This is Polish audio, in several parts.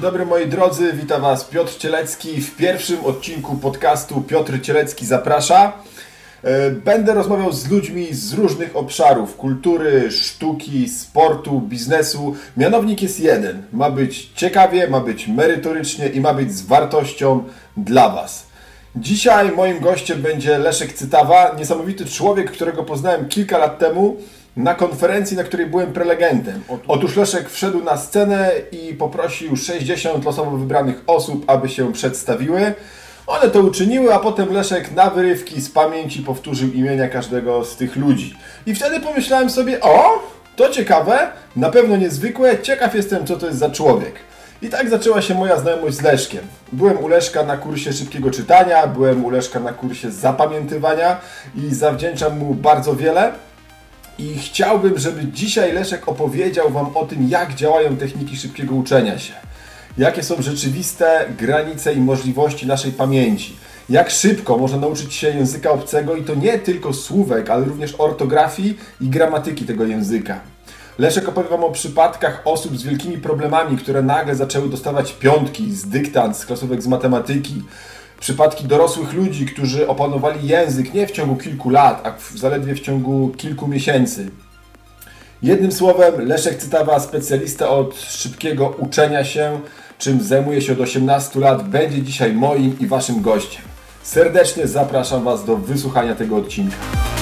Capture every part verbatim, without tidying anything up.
dobry moi drodzy, witam Was Piotr Cielecki w pierwszym odcinku podcastu Piotr Cielecki zaprasza. Będę rozmawiał z ludźmi z różnych obszarów kultury, sztuki, sportu, biznesu. Mianownik jest jeden. Ma być ciekawie, ma być merytorycznie i ma być z wartością dla Was. Dzisiaj moim gościem będzie Leszek Cytawa, niesamowity człowiek, którego poznałem kilka lat temu na konferencji, na której byłem prelegentem. Otóż Leszek wszedł na scenę i poprosił sześćdziesiąt losowo wybranych osób, aby się przedstawiły. One to uczyniły, a potem Leszek na wyrywki z pamięci powtórzył imienia każdego z tych ludzi. I wtedy pomyślałem sobie, o, to ciekawe, na pewno niezwykłe, ciekaw jestem, co to jest za człowiek. I tak zaczęła się moja znajomość z Leszkiem. Byłem u Leszka na kursie szybkiego czytania, byłem u Leszka na kursie zapamiętywania i zawdzięczam mu bardzo wiele. I chciałbym, żeby dzisiaj Leszek opowiedział Wam o tym, jak działają techniki szybkiego uczenia się. Jakie są rzeczywiste granice i możliwości naszej pamięci. Jak szybko można nauczyć się języka obcego i to nie tylko słówek, ale również ortografii i gramatyki tego języka. Leszek opowie Wam o przypadkach osób z wielkimi problemami, które nagle zaczęły dostawać piątki z dyktant, z klasówek z matematyki. Przypadki dorosłych ludzi, którzy opanowali język nie w ciągu kilku lat, a w zaledwie w ciągu kilku miesięcy. Jednym słowem, Leszek Cytawa, specjalista od szybkiego uczenia się, czym zajmuje się od osiemnastu lat, będzie dzisiaj moim i Waszym gościem. Serdecznie zapraszam Was do wysłuchania tego odcinka.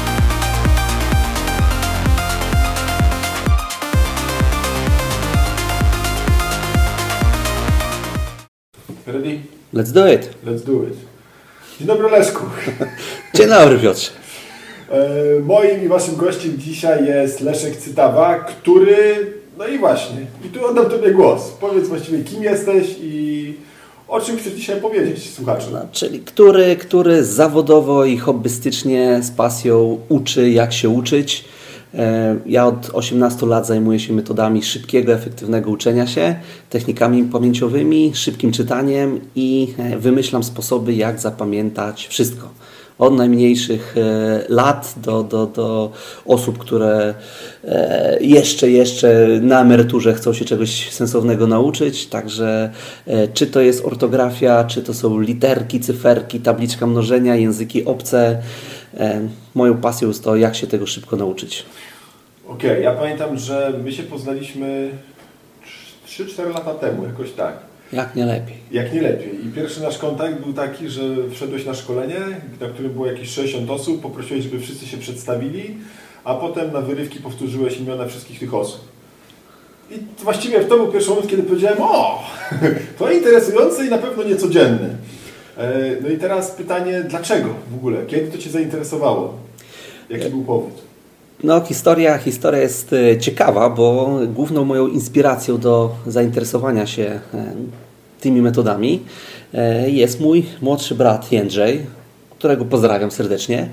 Ready? Let's do it. Let's do it. Dzień dobry, Leszku. Dzień dobry, Piotrze. Moim i Waszym gościem dzisiaj jest Leszek Cytawa, który... No i właśnie, i tu oddam Tobie głos. Powiedz właściwie, kim jesteś i o czym chcesz dzisiaj powiedzieć słuchaczom. No, czyli który, który zawodowo i hobbystycznie z pasją uczy, jak się uczyć. Ja od osiemnastu lat zajmuję się metodami szybkiego, efektywnego uczenia się, technikami pamięciowymi, szybkim czytaniem i wymyślam sposoby, jak zapamiętać wszystko. Od najmniejszych lat do, do, do osób, które jeszcze, jeszcze na emeryturze chcą się czegoś sensownego nauczyć. Także czy to jest ortografia, czy to są literki, cyferki, tabliczka mnożenia, języki obce. Moją pasją jest to, jak się tego szybko nauczyć. Okej, okay, ja pamiętam, że my się poznaliśmy trzy cztery lata temu, jakoś tak. Jak nie lepiej. Jak nie lepiej. I pierwszy nasz kontakt był taki, że wszedłeś na szkolenie, na którym było jakieś sześćdziesiąt osób, poprosiłeś, żeby wszyscy się przedstawili, a potem na wyrywki powtórzyłeś imiona wszystkich tych osób. I właściwie to był pierwszy moment, kiedy powiedziałem, o, to interesujące i na pewno niecodzienne. No i teraz pytanie, dlaczego w ogóle? Kiedy to Cię zainteresowało? Jaki był powód? No, historia, historia jest ciekawa, bo główną moją inspiracją do zainteresowania się tymi metodami jest mój młodszy brat Jędrzej, którego pozdrawiam serdecznie,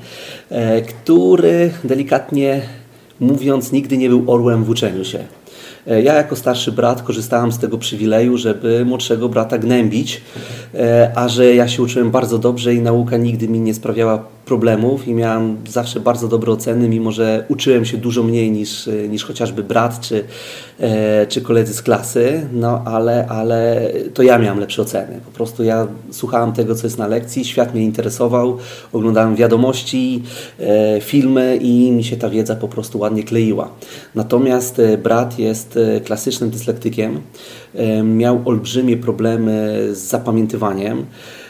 który delikatnie mówiąc nigdy nie był orłem w uczeniu się. Ja jako starszy brat korzystałem z tego przywileju, żeby młodszego brata gnębić, a że ja się uczyłem bardzo dobrze i nauka nigdy mi nie sprawiała problemów i miałem zawsze bardzo dobre oceny, mimo że uczyłem się dużo mniej niż, niż chociażby brat czy, czy koledzy z klasy, no ale, ale to ja miałem lepsze oceny. Po prostu ja słuchałem tego, co jest na lekcji, świat mnie interesował, oglądałem wiadomości, filmy i mi się ta wiedza po prostu ładnie kleiła. Natomiast brat jest klasycznym dyslektykiem, miał olbrzymie problemy z zapamiętywaniem.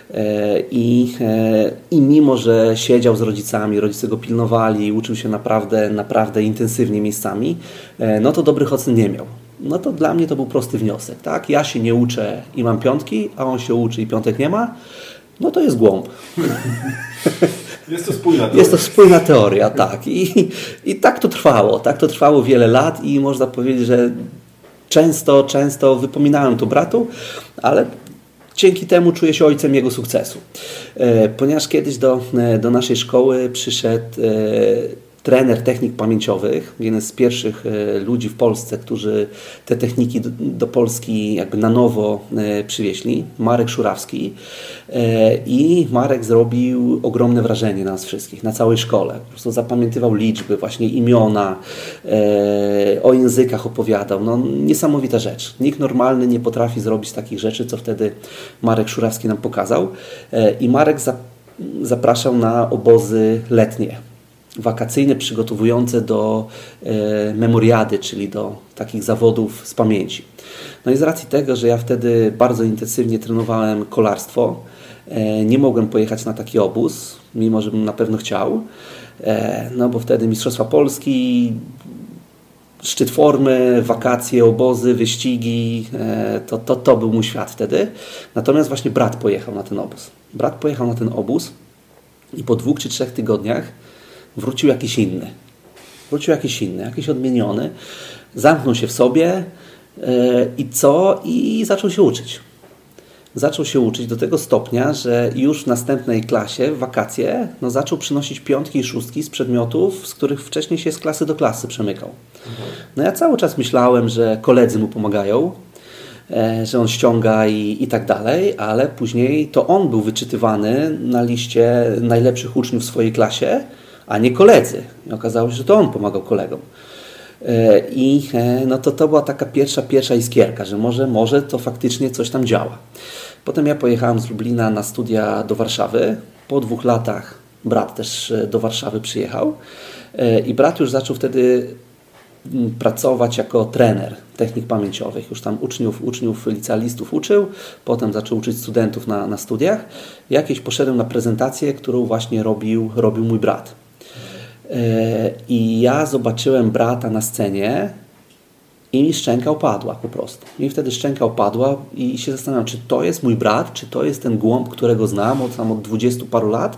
I, I mimo, że siedział z rodzicami, rodzice go pilnowali, uczył się naprawdę, naprawdę intensywnie miejscami, no to dobrych ocen nie miał. No to dla mnie to był prosty wniosek, tak? Ja się nie uczę i mam piątki, a on się uczy i piątek nie ma, no to jest głąb. Jest to spójna teoria. Jest to spójna teoria, tak. I, i tak to trwało, tak to trwało wiele lat i można powiedzieć, że często, często wypominałem to bratu, ale dzięki temu czuję się ojcem jego sukcesu. Ponieważ kiedyś do, do naszej szkoły przyszedł trener technik pamięciowych, jeden z pierwszych ludzi w Polsce, którzy te techniki do, do Polski jakby na nowo przywieźli, Marek Szurawski. I Marek zrobił ogromne wrażenie na nas wszystkich, na całej szkole. Po prostu zapamiętywał liczby, właśnie imiona, o językach opowiadał. No, niesamowita rzecz. Nikt normalny nie potrafi zrobić takich rzeczy, co wtedy Marek Szurawski nam pokazał. I Marek zapraszał na obozy letnie, wakacyjne, przygotowujące do e, memoriady, czyli do takich zawodów z pamięci. No i z racji tego, że ja wtedy bardzo intensywnie trenowałem kolarstwo, e, nie mogłem pojechać na taki obóz, mimo że bym na pewno chciał, e, no bo wtedy Mistrzostwa Polski, szczyt formy, wakacje, obozy, wyścigi, e, to, to, to był mój świat wtedy. Natomiast właśnie brat pojechał na ten obóz. Brat pojechał na ten obóz i po dwóch czy trzech tygodniach wrócił jakiś inny. Wrócił jakiś inny, jakiś odmieniony. Zamknął się w sobie yy, i co? I zaczął się uczyć. Zaczął się uczyć do tego stopnia, że już w następnej klasie, w wakacje, no zaczął przynosić piątki i szóstki z przedmiotów, z których wcześniej się z klasy do klasy przemykał. No ja cały czas myślałem, że koledzy mu pomagają, że on ściąga i, i tak dalej, ale później to on był wyczytywany na liście najlepszych uczniów w swojej klasie, a nie koledzy. I okazało się, że to on pomagał kolegom. I no to, to była taka pierwsza, pierwsza iskierka, że może, może to faktycznie coś tam działa. Potem ja pojechałem z Lublina na studia do Warszawy. Po dwóch latach brat też do Warszawy przyjechał i brat już zaczął wtedy pracować jako trener technik pamięciowych. Już tam uczniów, uczniów licealistów uczył, potem zaczął uczyć studentów na, na studiach. Jakieś poszedłem na prezentację, którą właśnie robił, robił mój brat. I ja zobaczyłem brata na scenie i mi szczęka opadła po prostu. I wtedy szczęka opadła i się zastanawiam, czy to jest mój brat, czy to jest ten głąb, którego znam od, tam od dwudziestu paru lat.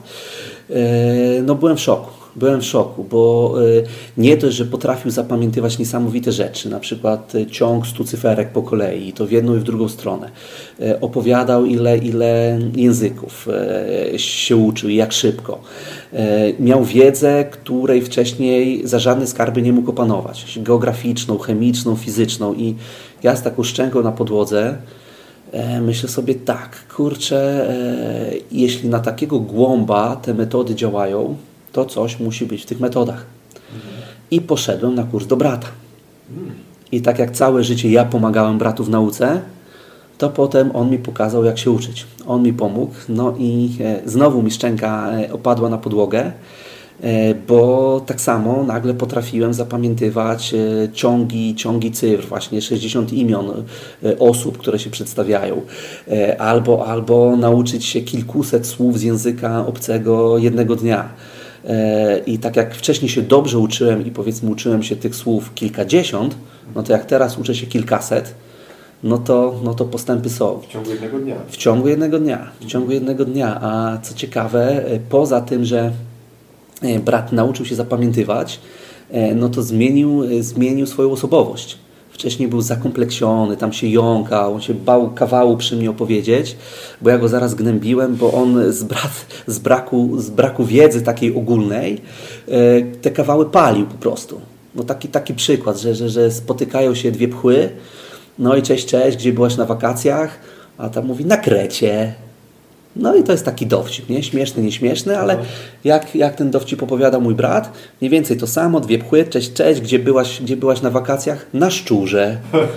No byłem w szoku. Byłem w szoku, bo nie dość, że potrafił zapamiętywać niesamowite rzeczy, na przykład ciąg stu cyferek po kolei, to w jedną i w drugą stronę. Opowiadał, ile, ile języków się uczył i jak szybko. Miał wiedzę, której wcześniej za żadne skarby nie mógł opanować. Geograficzną, chemiczną, fizyczną. I ja z taką szczęką na podłodze myślę sobie tak, kurczę, jeśli na takiego głąba te metody działają, to coś musi być w tych metodach. Mhm. I poszedłem na kurs do brata. Mhm. I tak jak całe życie ja pomagałem bratu w nauce, to potem on mi pokazał, jak się uczyć. On mi pomógł. No i e, znowu mi szczęka e, opadła na podłogę, e, bo tak samo nagle potrafiłem zapamiętywać e, ciągi, ciągi cyfr, właśnie sześćdziesiąt imion e, osób, które się przedstawiają. E, albo, albo nauczyć się kilkuset słów z języka obcego jednego dnia. I tak jak wcześniej się dobrze uczyłem i powiedzmy uczyłem się tych słów kilkadziesiąt, no to jak teraz uczę się kilkaset, no to, no to postępy są. W ciągu jednego dnia. W ciągu jednego dnia. W ciągu jednego dnia. A co ciekawe, poza tym, że brat nauczył się zapamiętywać, no to zmienił, zmienił swoją osobowość. Wcześniej był zakompleksiony, tam się jąkał, on się bał kawału przy mnie opowiedzieć, bo ja go zaraz gnębiłem, bo on z, brat, z, braku, z braku wiedzy takiej ogólnej te kawały palił po prostu. No taki, taki przykład, że, że, że spotykają się dwie pchły, no i cześć, cześć, gdzie byłaś na wakacjach? A tam mówi, na Krecie. No i to jest taki dowcip, nie? Śmieszny, nieśmieszny, ale no. jak, jak ten dowcip opowiadał mój brat, mniej więcej to samo, dwie pchły, cześć, cześć, gdzie byłaś, gdzie byłaś na wakacjach? Na Szczurze.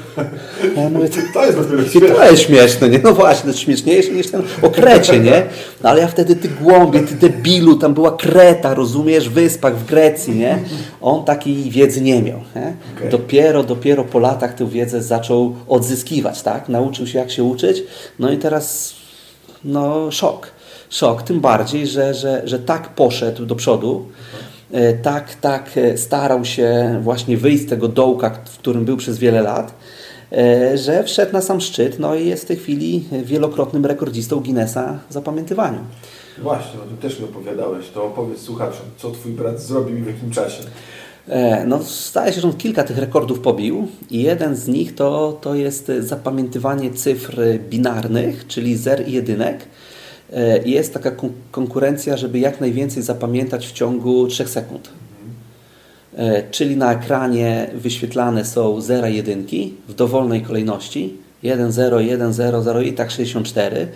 Ja mówię, to, to jest śmieszne. To jest śmieszne, nie? No właśnie, to śmieszniejsze niż ten o Krecie, nie? No ale ja wtedy, ty głąbie, ty debilu, tam była Kreta, rozumiesz, wyspach w Grecji, nie? On takiej wiedzy nie miał, nie? Okay. Dopiero, dopiero po latach tę wiedzę zaczął odzyskiwać, tak? Nauczył się, jak się uczyć, no i teraz... No szok, szok, tym bardziej, że, że, że tak poszedł do przodu, tak, tak starał się właśnie wyjść z tego dołka, w którym był przez wiele lat, że wszedł na sam szczyt, no i jest w tej chwili wielokrotnym rekordzistą Guinnessa w zapamiętywaniu. Właśnie, o tym też mi opowiadałeś, to opowiedz słuchaczom, co twój brat zrobił i w jakim czasie. No, zdaje się, że on kilka tych rekordów pobił i jeden z nich to, to jest zapamiętywanie cyfr binarnych, czyli zer i jedynek. Jest taka kon- konkurencja, żeby jak najwięcej zapamiętać w ciągu trzech sekund. czyli na ekranie wyświetlane są zera i jedynki w dowolnej kolejności. jeden zero, jeden zero, zero i tak sześćdziesiąt cztery.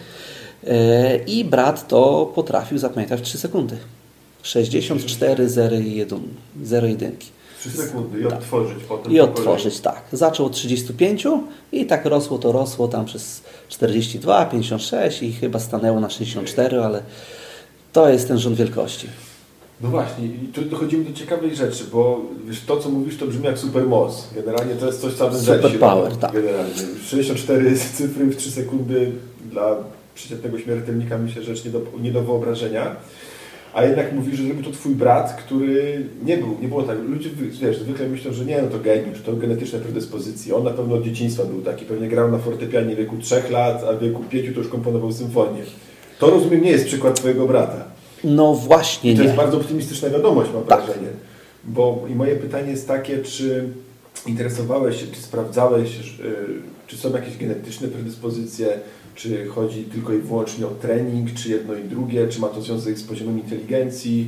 I brat to potrafił zapamiętać w trzy sekundy. sześćdziesiąt cztery zero jedynki. trzy sekundy i odtworzyć tak. potem. I odtworzyć, tak. Zaczął od trzydziestu pięciu i tak rosło to rosło tam przez czterdzieści dwa, pięćdziesiąt sześć i chyba stanęło na sześćdziesiąt cztery, ale to jest ten rząd wielkości. No właśnie, i tu dochodzimy do ciekawej rzeczy, bo wiesz, to co mówisz to brzmi jak supermoc. Generalnie to jest coś co Super power, tak. Generalnie. sześćdziesiąt cztery cyfry w trzy sekundy dla przeciętnego śmiertelnika myślę, że rzecz nie do, nie do wyobrażenia. A jednak mówisz, że zrobił to twój brat, który nie był, nie było tak. Ludzie wiesz, zwykle myślą, że nie, no to geniusz, to genetyczne predyspozycje. On na pewno od dzieciństwa był taki, pewnie grał na fortepianie w wieku trzech lat, a w wieku pięciu to już komponował symfonię. To rozumiem nie jest przykład twojego brata. No właśnie I to nie. jest bardzo optymistyczna wiadomość, mam tak. wrażenie. Bo i moje pytanie jest takie, czy interesowałeś się, czy sprawdzałeś, czy są jakieś genetyczne predyspozycje, czy chodzi tylko i wyłącznie o trening, czy jedno i drugie, czy ma to związek z poziomem inteligencji?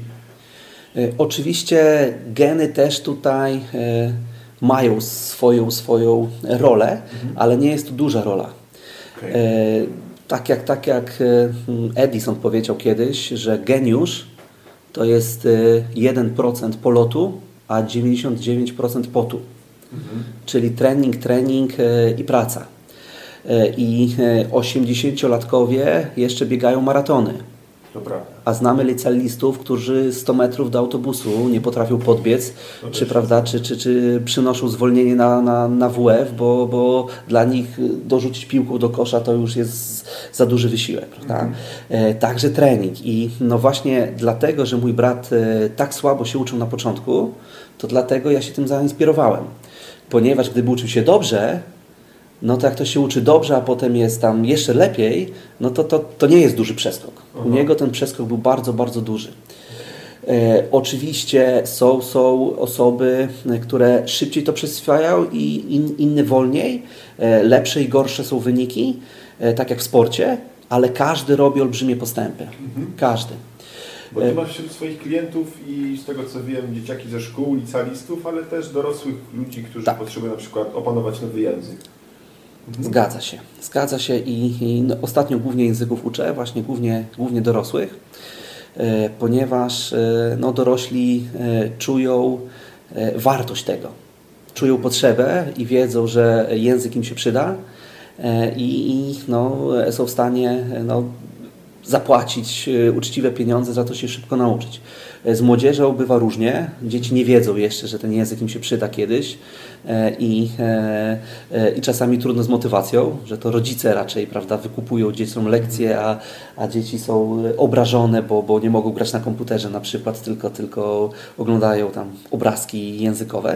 Oczywiście geny też tutaj y, mają swoją, swoją rolę, mhm. ale nie jest to duża rola. Okay. Y, tak jak, tak jak Edison powiedział kiedyś, że geniusz to jest jeden procent polotu, a dziewięćdziesiąt dziewięć procent potu. Mhm. Czyli trening, trening i praca. I osiemdziesięciolatkowie jeszcze biegają maratony. To prawda. A znamy licealistów, którzy sto metrów do autobusu nie potrafią podbiec, no czy, prawda, czy, czy, czy przynoszą zwolnienie na, na, na W F, bo, bo dla nich dorzucić piłką do kosza to już jest za duży wysiłek. Prawda? Mhm. E, także trening. I no właśnie dlatego, że mój brat e, tak słabo się uczył na początku, to dlatego ja się tym zainspirowałem. Ponieważ gdyby uczył się dobrze, no to jak to się uczy dobrze, a potem jest tam jeszcze lepiej, no to, to, to nie jest duży przeskok. Aha. U niego ten przeskok był bardzo, bardzo duży. E, oczywiście są, są osoby, które szybciej to przyswajają i in, inne wolniej. E, lepsze i gorsze są wyniki, e, tak jak w sporcie, ale każdy robi olbrzymie postępy. Mhm. Każdy. Bo ty masz wśród swoich klientów i z tego co wiem dzieciaki ze szkół, licealistów, ale też dorosłych ludzi, którzy tak. potrzebują na przykład opanować nowy język. Zgadza się. Zgadza się i, i no, ostatnio głównie języków uczę, właśnie głównie, głównie dorosłych, e, ponieważ e, no, dorośli e, czują e, wartość tego. Czują potrzebę i wiedzą, że język im się przyda e, i, i no, są w stanie no, zapłacić e, uczciwe pieniądze za to się szybko nauczyć. Z młodzieżą bywa różnie. Dzieci nie wiedzą jeszcze, że ten język im się przyda kiedyś i, i czasami trudno z motywacją, że to rodzice raczej, prawda, wykupują dzieciom lekcje, a, a dzieci są obrażone, bo, bo nie mogą grać na komputerze na przykład, tylko, tylko oglądają tam obrazki językowe.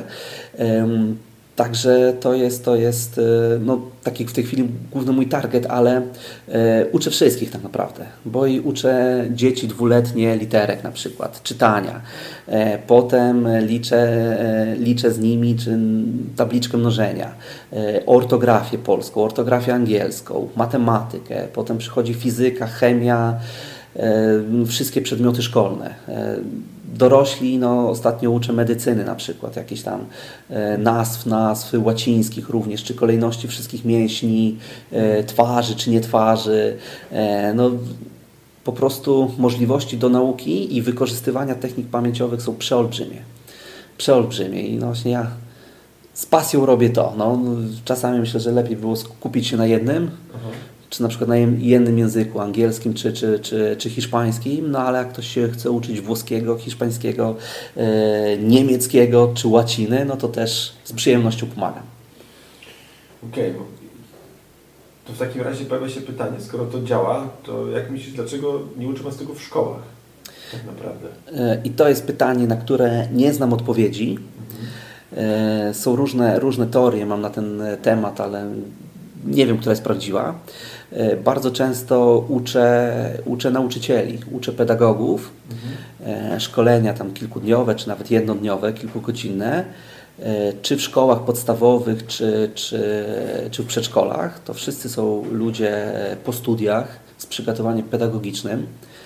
Także to jest, to jest no, taki w tej chwili główny mój target, ale e, uczę wszystkich tak naprawdę, bo i uczę dzieci dwuletnie literek na przykład, czytania. E, potem liczę, e, liczę z nimi czy tabliczkę mnożenia, e, ortografię polską, ortografię angielską, matematykę, potem przychodzi fizyka, chemia, e, wszystkie przedmioty szkolne. E, Dorośli, no ostatnio uczę medycyny na przykład, jakieś tam e, nazw, nazw łacińskich również, czy kolejności wszystkich mięśni, e, twarzy czy nie twarzy. E, no, po prostu możliwości do nauki i wykorzystywania technik pamięciowych są przeolbrzymie. Przeolbrzymie i no właśnie ja z pasją robię to. No, czasami myślę, że lepiej było skupić się na jednym, Aha. czy na przykład na jednym języku, angielskim czy, czy, czy, czy hiszpańskim, no ale jak ktoś się chce uczyć włoskiego, hiszpańskiego, e, niemieckiego czy łaciny, no to też z przyjemnością pomagam. Okej, okay, to w takim razie pojawia się pytanie, skoro to działa, to jak myślisz, dlaczego nie uczy nas tego w szkołach tak naprawdę? E, I to jest pytanie, na które nie znam odpowiedzi. Mhm. E, są różne, różne teorie mam na ten temat, ale nie wiem, która jest prawdziwa. Bardzo często uczę, uczę nauczycieli, uczę pedagogów, mhm. szkolenia tam kilkudniowe, czy nawet jednodniowe, kilkugodzinne, czy w szkołach podstawowych, czy, czy, czy w przedszkolach. To wszyscy są ludzie po studiach z przygotowaniem pedagogicznym.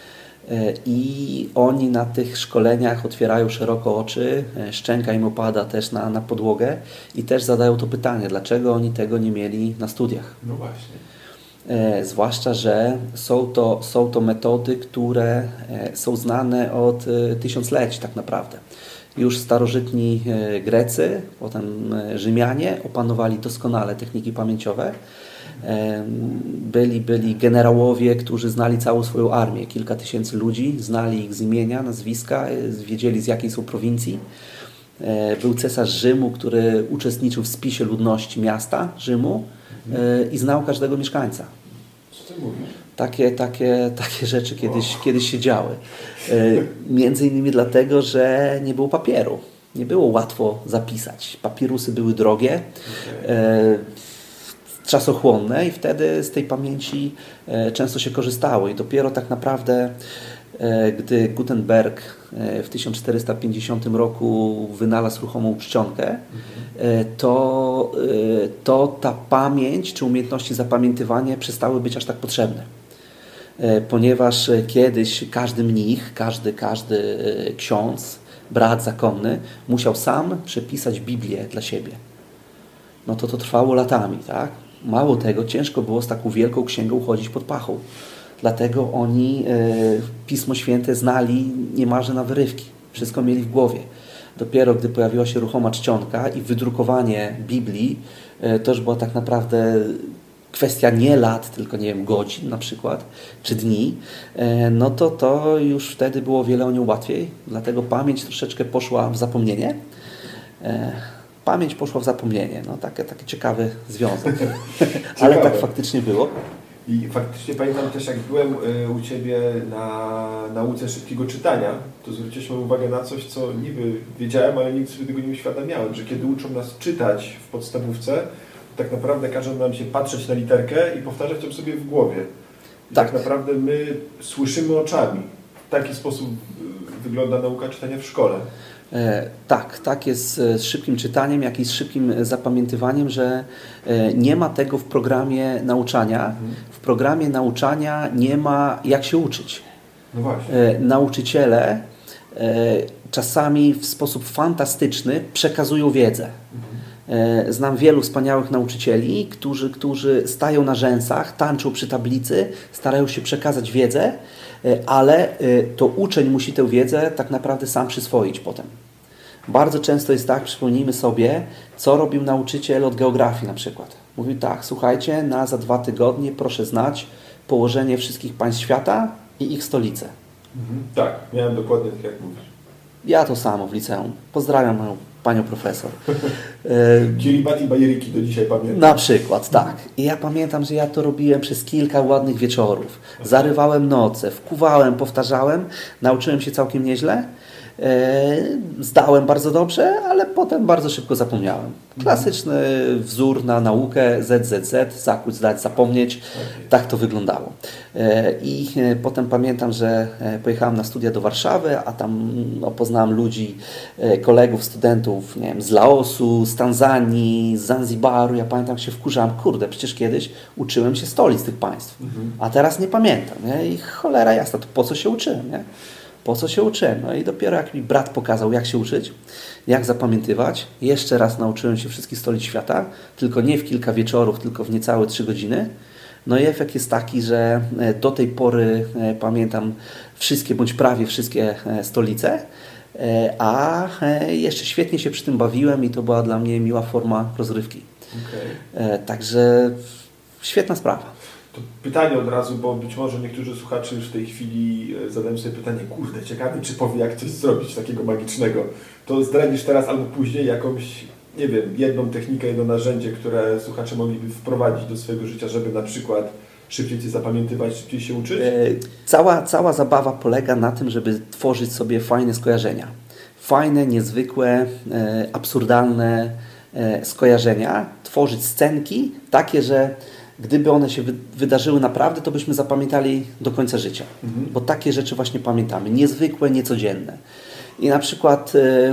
I oni na tych szkoleniach otwierają szeroko oczy, szczęka im opada też na, na podłogę i też zadają to pytanie, dlaczego oni tego nie mieli na studiach. No właśnie. E, zwłaszcza, że są to, są to metody, które e, są znane od e, tysiącleci tak naprawdę. Już starożytni e, Grecy, potem e, Rzymianie opanowali doskonale techniki pamięciowe. E, byli, byli generałowie, którzy znali całą swoją armię, kilka tysięcy ludzi, znali ich z imienia, nazwiska, e, wiedzieli z jakiej są prowincji. E, był cesarz Rzymu, który uczestniczył w spisie ludności miasta Rzymu e, i znał każdego mieszkańca. Co ty mówisz? Takie, takie, takie rzeczy kiedyś, wow. kiedyś się działy. E, między innymi dlatego, że nie było papieru. Nie było łatwo zapisać. Papirusy były drogie, okay. e, czasochłonne i wtedy z tej pamięci e, często się korzystało. I dopiero tak naprawdę e, gdy Gutenberg e, w tysiąc czterysta pięćdziesiątym roku wynalazł ruchomą czcionkę, mhm. e, to, e, to ta pamięć czy umiejętności zapamiętywania przestały być aż tak potrzebne. Ponieważ kiedyś każdy mnich, każdy, każdy ksiądz, brat zakonny musiał sam przepisać Biblię dla siebie. No to to trwało latami, tak? Mało tego, ciężko było z taką wielką księgą chodzić pod pachą. Dlatego oni e, Pismo Święte znali niemalże na wyrywki. Wszystko mieli w głowie. Dopiero gdy pojawiła się ruchoma czcionka i wydrukowanie Biblii, e, to już była tak naprawdę kwestia nie lat, tylko nie wiem, godzin na przykład, czy dni, no to to już wtedy było wiele o nią łatwiej, dlatego pamięć troszeczkę poszła w zapomnienie. Pamięć poszła w zapomnienie, no taki, taki ciekawy związek, ale tak faktycznie było. I faktycznie pamiętam też, jak byłem u Ciebie na nauce szybkiego czytania, to zwróciliśmy uwagę na coś, co niby wiedziałem, ale nigdy sobie tego nie uświadamiałem, że kiedy uczą nas czytać w podstawówce, tak naprawdę każą nam się patrzeć na literkę i powtarzać ją sobie w głowie. I tak. tak naprawdę my słyszymy oczami. W taki sposób wygląda nauka czytania w szkole. E, tak, tak jest z szybkim czytaniem, jak i z szybkim zapamiętywaniem, że e, nie ma tego w programie nauczania. Mhm. W programie nauczania nie ma jak się uczyć. No właśnie. E, nauczyciele e, czasami w sposób fantastyczny przekazują wiedzę. Mhm. Znam wielu wspaniałych nauczycieli, którzy, którzy stają na rzęsach, tańczą przy tablicy, starają się przekazać wiedzę, ale to uczeń musi tę wiedzę tak naprawdę sam przyswoić potem. Bardzo często jest tak, przypomnijmy sobie, co robił nauczyciel od geografii na przykład. Mówił tak, słuchajcie, na za dwa tygodnie proszę znać położenie wszystkich państw świata i ich stolice. Mhm, tak, miałem dokładnie tak jak mówisz. Ja to samo w liceum. Pozdrawiam moją panią profesor. Kiribati Bajeriki do dzisiaj pamiętam. Na przykład, tak. I ja pamiętam, że ja to robiłem przez kilka ładnych wieczorów. Zarywałem noce, wkuwałem, powtarzałem. Nauczyłem się całkiem nieźle. Zdałem bardzo dobrze, ale potem bardzo szybko zapomniałem. Klasyczny wzór na naukę Z Z Z, zakuć, zdać, zapomnieć. Tak to wyglądało. I potem pamiętam, że pojechałem na studia do Warszawy, a tam no, poznałem ludzi, kolegów, studentów nie wiem, z Laosu, z Tanzanii, z Zanzibaru. Ja pamiętam, jak się wkurzałem, kurde, przecież kiedyś uczyłem się stolic tych państw, a teraz nie pamiętam. Nie? I cholera jasna, to po co się uczyłem? Nie? Po co się uczyłem? No i dopiero jak mi brat pokazał, jak się uczyć, jak zapamiętywać, jeszcze raz nauczyłem się wszystkich stolic świata, tylko nie w kilka wieczorów, tylko w niecałe trzy godziny. No i efekt jest taki, że do tej pory pamiętam wszystkie, bądź prawie wszystkie stolice, a jeszcze świetnie się przy tym bawiłem i to była dla mnie miła forma rozrywki. Okay. Także świetna sprawa. To pytanie od razu, bo być może niektórzy słuchacze już w tej chwili zadają sobie pytanie, kurde, ciekawy, czy powie, jak coś zrobić takiego magicznego. To zdradzisz teraz albo później jakąś, nie wiem, jedną technikę, jedno narzędzie, które słuchacze mogliby wprowadzić do swojego życia, żeby na przykład szybciej coś zapamiętywać, szybciej się uczyć? Cała, cała zabawa polega na tym, żeby tworzyć sobie fajne skojarzenia. Fajne, niezwykłe, absurdalne skojarzenia. Tworzyć scenki takie, że gdyby one się wydarzyły naprawdę, to byśmy zapamiętali do końca życia. Mhm. Bo takie rzeczy właśnie pamiętamy. Niezwykłe, niecodzienne. I na przykład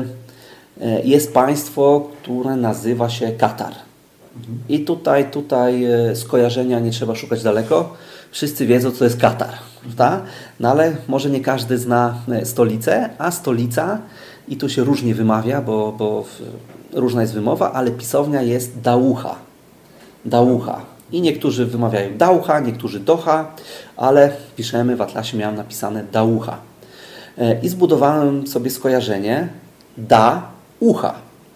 jest państwo, które nazywa się Katar. Mhm. I tutaj, tutaj skojarzenia nie trzeba szukać daleko. Wszyscy wiedzą, co to jest Katar, prawda? No ale może nie każdy zna stolicę, a stolica, i tu się różnie wymawia, bo, bo różna jest wymowa, ale pisownia jest Daucha. Daucha. I niektórzy wymawiają Daucha, niektórzy Doha, ale piszemy, w atlasie miałem napisane Daucha. I zbudowałem sobie skojarzenie da ucha.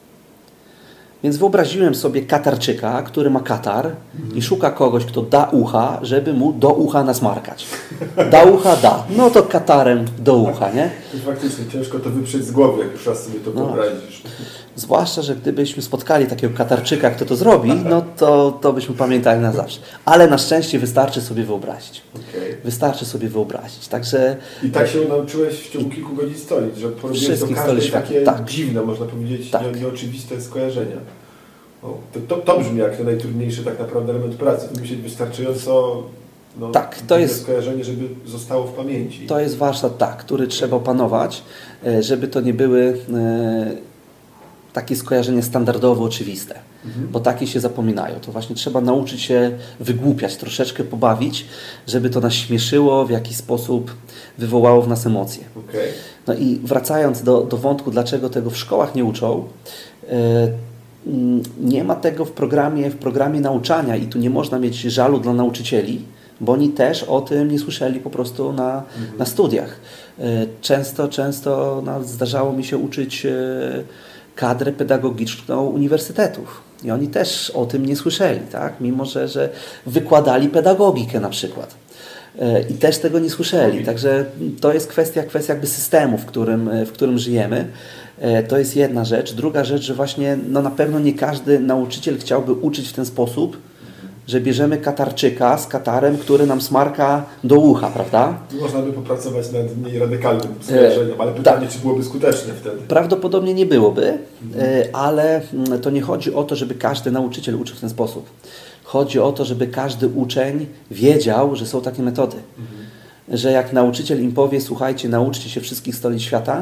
Więc wyobraziłem sobie Katarczyka, który ma katar mhm. i szuka kogoś, kto da ucha, żeby mu do ucha nasmarkać. Da ucha, da. No to katarem do ucha, nie? To faktycznie ciężko to wyprzeć z głowy, jak już raz sobie to wyobrazisz. No. Zwłaszcza, że gdybyśmy spotkali takiego Katarczyka, kto to zrobi, no to, to byśmy pamiętali na zawsze. Ale na szczęście wystarczy sobie wyobrazić. Okay. Wystarczy sobie wyobrazić. Także... I tak się nauczyłeś w ciągu kilku godzin stolic, że porobiłeś do każdej takie tak. dziwne, można powiedzieć, tak. nie, nieoczywiste skojarzenia. O, to, to, to brzmi jak ten najtrudniejszy tak naprawdę element pracy. Wymyślić wystarczająco no, tak, to jest skojarzenie, żeby zostało w pamięci. To jest warsztat, tak, który trzeba opanować, żeby to nie były e, takie skojarzenia standardowo oczywiste, mhm. bo takie się zapominają. To właśnie trzeba nauczyć się wygłupiać, troszeczkę pobawić, żeby to nas śmieszyło, w jakiś sposób wywołało w nas emocje. Okay. No i wracając do, do wątku, dlaczego tego w szkołach nie uczą, e, nie ma tego w programie, w programie nauczania i tu nie można mieć żalu dla nauczycieli, bo oni też o tym nie słyszeli po prostu na, mhm. na studiach. Często, często no, zdarzało mi się uczyć kadrę pedagogiczną uniwersytetów i oni też o tym nie słyszeli, tak? Mimo że, że wykładali pedagogikę na przykład. I też tego nie słyszeli. Także to jest kwestia, kwestia jakby systemu, w którym, w którym żyjemy. To jest jedna rzecz. Druga rzecz, że właśnie no na pewno nie każdy nauczyciel chciałby uczyć w ten sposób, że bierzemy Katarczyka z katarem, który nam smarka do ucha, prawda? Można by popracować nad mniej radykalnym skojarzeniem, ale pytanie, tak. czy byłoby skuteczne wtedy? Prawdopodobnie nie byłoby, mhm. ale to nie chodzi o to, żeby każdy nauczyciel uczył w ten sposób. Chodzi o to, żeby każdy uczeń wiedział, że są takie metody. Mhm. Że jak nauczyciel im powie, słuchajcie, nauczcie się wszystkich stolic świata,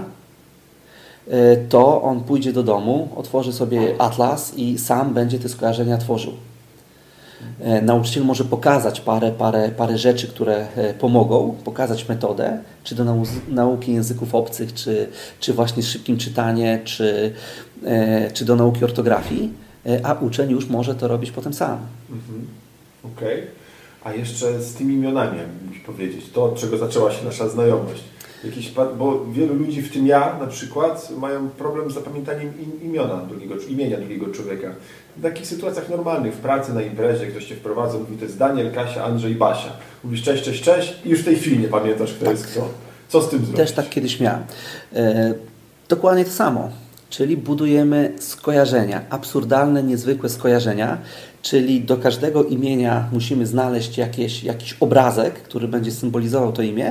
to on pójdzie do domu, otworzy sobie atlas i sam będzie te skojarzenia tworzył. Nauczyciel może pokazać parę, parę, parę rzeczy, które pomogą, pokazać metodę, czy do nau nauki języków obcych, czy, czy właśnie szybkim czytanie, czy, czy do nauki ortografii, a uczeń już może to robić potem sam. Mhm. Okej. Okay. A jeszcze z tymi imionami, jakbyś powiedzieć, to od czego zaczęła się nasza znajomość. Jakieś, bo wielu ludzi, w tym ja na przykład, mają problem z zapamiętaniem imiona drugiego, imienia drugiego człowieka. W takich sytuacjach normalnych, w pracy, na imprezie, ktoś Cię wprowadza, mówi, to jest Daniel, Kasia, Andrzej, Basia. Mówisz cześć, cześć, cześć i już w tej chwili nie pamiętasz, kto tak. jest kto. Co z tym zrobić? Też tak kiedyś miałem. E, dokładnie to samo. Czyli budujemy skojarzenia, absurdalne, niezwykłe skojarzenia, czyli do każdego imienia musimy znaleźć jakieś, jakiś obrazek, który będzie symbolizował to imię.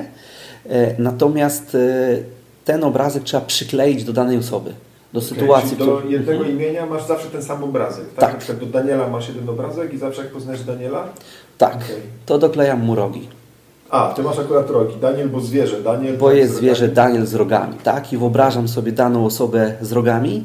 Natomiast ten obrazek trzeba przykleić do danej osoby, do okay, sytuacji. Czyli do jednego mhm. imienia masz zawsze ten sam obrazek, tak? tak? Na przykład do Daniela masz jeden obrazek i zawsze jak poznasz Daniela? Tak, okay. to doklejam mu rogi. A, ty masz akurat rogi. Daniel, bo zwierzę. Daniel, bo tak, jest zwierzę Daniel z rogami, tak? I wyobrażam sobie daną osobę z rogami,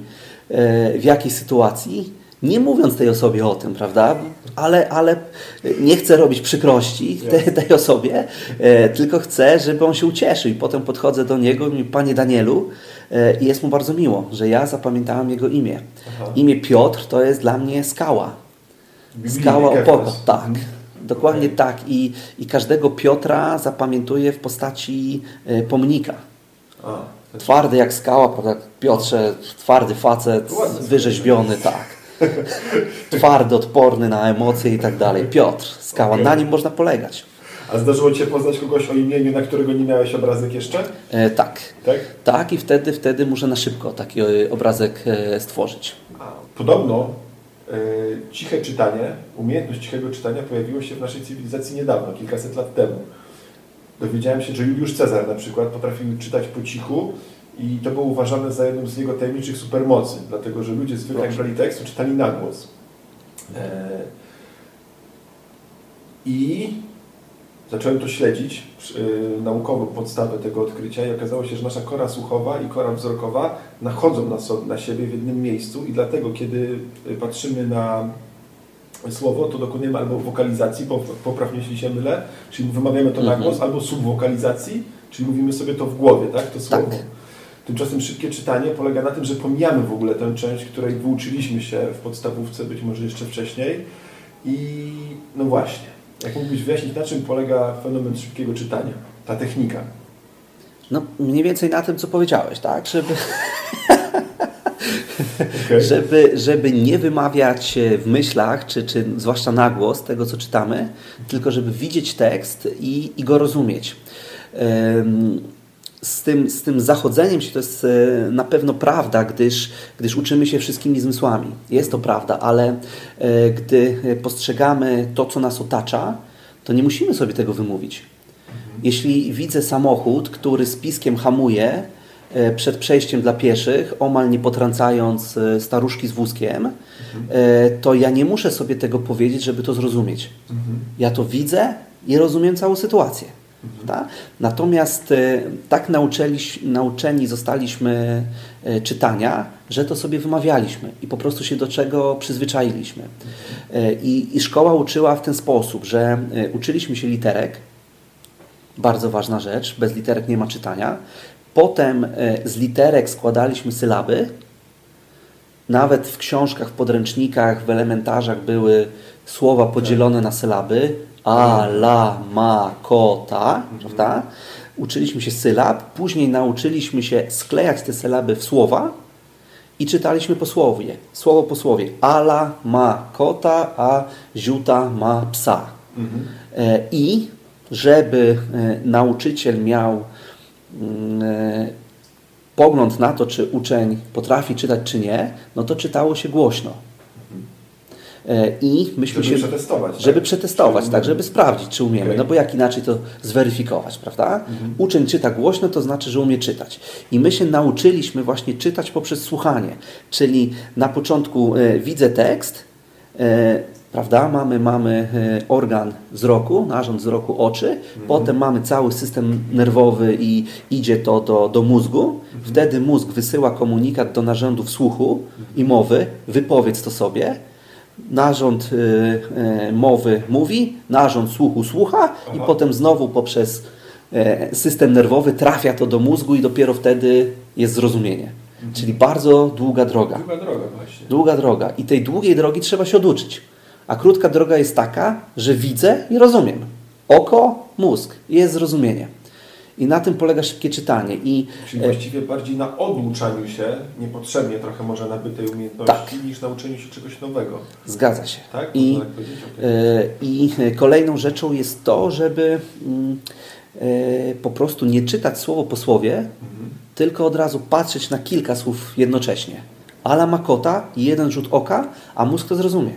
w jakiej sytuacji, nie mówiąc tej osobie o tym, prawda? Ale, ale nie chcę robić przykrości tej, tej osobie, e, tylko chcę, żeby on się ucieszył. I potem podchodzę do niego i mówię, Panie Danielu, e, i jest mu bardzo miło, że ja zapamiętałem jego imię. Aha. Imię Piotr to jest dla mnie skała. Skała opoka, tak. Dokładnie okay. tak. I, I każdego Piotra zapamiętuję w postaci e, pomnika. A, twardy jak skała, prawda? Piotrze, twardy facet, wyrzeźbiony, tak. Twardy, odporny na emocje i tak dalej. Piotr, skała, okay. na nim można polegać. A zdarzyło Ci się poznać kogoś o imieniu, na którego nie miałeś obrazek jeszcze? E, tak. tak. Tak i wtedy, wtedy muszę na szybko taki obrazek e, stworzyć. A, podobno e, ciche czytanie, umiejętność cichego czytania pojawiło się w naszej cywilizacji niedawno, kilkaset lat temu. Dowiedziałem się, że Juliusz Cezar na przykład potrafił czytać po cichu i to było uważane za jedną z jego tajemniczych supermocy, dlatego że ludzie zwykle jak brali tekst, czytali na głos. E, I zacząłem to śledzić, e, naukową podstawę tego odkrycia i okazało się, że nasza kora słuchowa i kora wzrokowa nachodzą na, so, na siebie w jednym miejscu i dlatego, kiedy patrzymy na słowo, to dokonujemy albo wokalizacji, popraw mnie, jeśli się mylę, czyli wymawiamy to na głos, mhm. albo subwokalizacji, czyli mówimy sobie to w głowie, tak, to słowo. Tak. Tymczasem szybkie czytanie polega na tym, że pomijamy w ogóle tę część, której wyuczyliśmy się w podstawówce, być może jeszcze wcześniej. I no właśnie, jak mógłbyś wyjaśnić, na czym polega fenomen szybkiego czytania, ta technika? No mniej więcej na tym, co powiedziałeś, tak? Żeby... Okay. Żeby, żeby nie wymawiać w myślach, czy, czy zwłaszcza na głos tego, co czytamy, tylko żeby widzieć tekst i, i go rozumieć. Z tym, z tym zachodzeniem się to jest na pewno prawda, gdyż, gdyż uczymy się wszystkimi zmysłami. Jest to prawda, ale gdy postrzegamy to, co nas otacza, to nie musimy sobie tego wymówić. Jeśli widzę samochód, który z piskiem hamuje przed przejściem dla pieszych, omal nie potrącając staruszki z wózkiem, mhm. to ja nie muszę sobie tego powiedzieć, żeby to zrozumieć. Mhm. Ja to widzę i rozumiem całą sytuację. Mhm. Tak? Natomiast tak nauczeni, nauczeni zostaliśmy czytania, że to sobie wymawialiśmy i po prostu się do czego przyzwyczailiśmy. Mhm. I, i szkoła uczyła w ten sposób, że uczyliśmy się literek, bardzo ważna rzecz, bez literek nie ma czytania. Potem z literek składaliśmy sylaby. Nawet w książkach, w podręcznikach, w elementarzach były słowa podzielone na sylaby. A, la, ma, ko, ta. Prawda? Uczyliśmy się sylab. Później nauczyliśmy się sklejać te sylaby w słowa i czytaliśmy po słowie. Słowo po słowie. Ala ma kota, a ziuta ma psa. Mhm. I żeby nauczyciel miał pogląd na to, czy uczeń potrafi czytać, czy nie, no to czytało się głośno. I myśmy żeby się, przetestować. Żeby tak? przetestować, tak, żeby sprawdzić, czy umiemy. Okay. No bo jak inaczej to zweryfikować, prawda? Mhm. Uczeń czyta głośno, to znaczy, że umie czytać. I my się nauczyliśmy właśnie czytać poprzez słuchanie. Czyli na początku e, widzę tekst, e, prawda? Mamy, mamy organ wzroku, narząd wzroku oczy, mhm. potem mamy cały system nerwowy i idzie to do, do mózgu. Mhm. Wtedy mózg wysyła komunikat do narządów słuchu mhm. i mowy, wypowiedz to sobie. Narząd y, y, mowy mówi, narząd słuchu słucha Aha. i potem znowu poprzez y, system nerwowy trafia to do mózgu i dopiero wtedy jest zrozumienie. Mhm. Czyli bardzo długa droga. Długa droga właśnie. Długa droga. I tej długiej drogi trzeba się oduczyć. A krótka droga jest taka, że widzę i rozumiem. Oko, mózg. Jest zrozumienie. I na tym polega szybkie czytanie. I, Czyli właściwie bardziej na oduczaniu się, niepotrzebnie trochę może nabytej umiejętności, tak. niż nauczeniu się czegoś nowego. Zgadza się. Tak? I, tak I kolejną rzeczą jest to, żeby y, po prostu nie czytać słowo po słowie, mhm. tylko od razu patrzeć na kilka słów jednocześnie. Ala ma kota, jeden rzut oka, a mózg to zrozumie.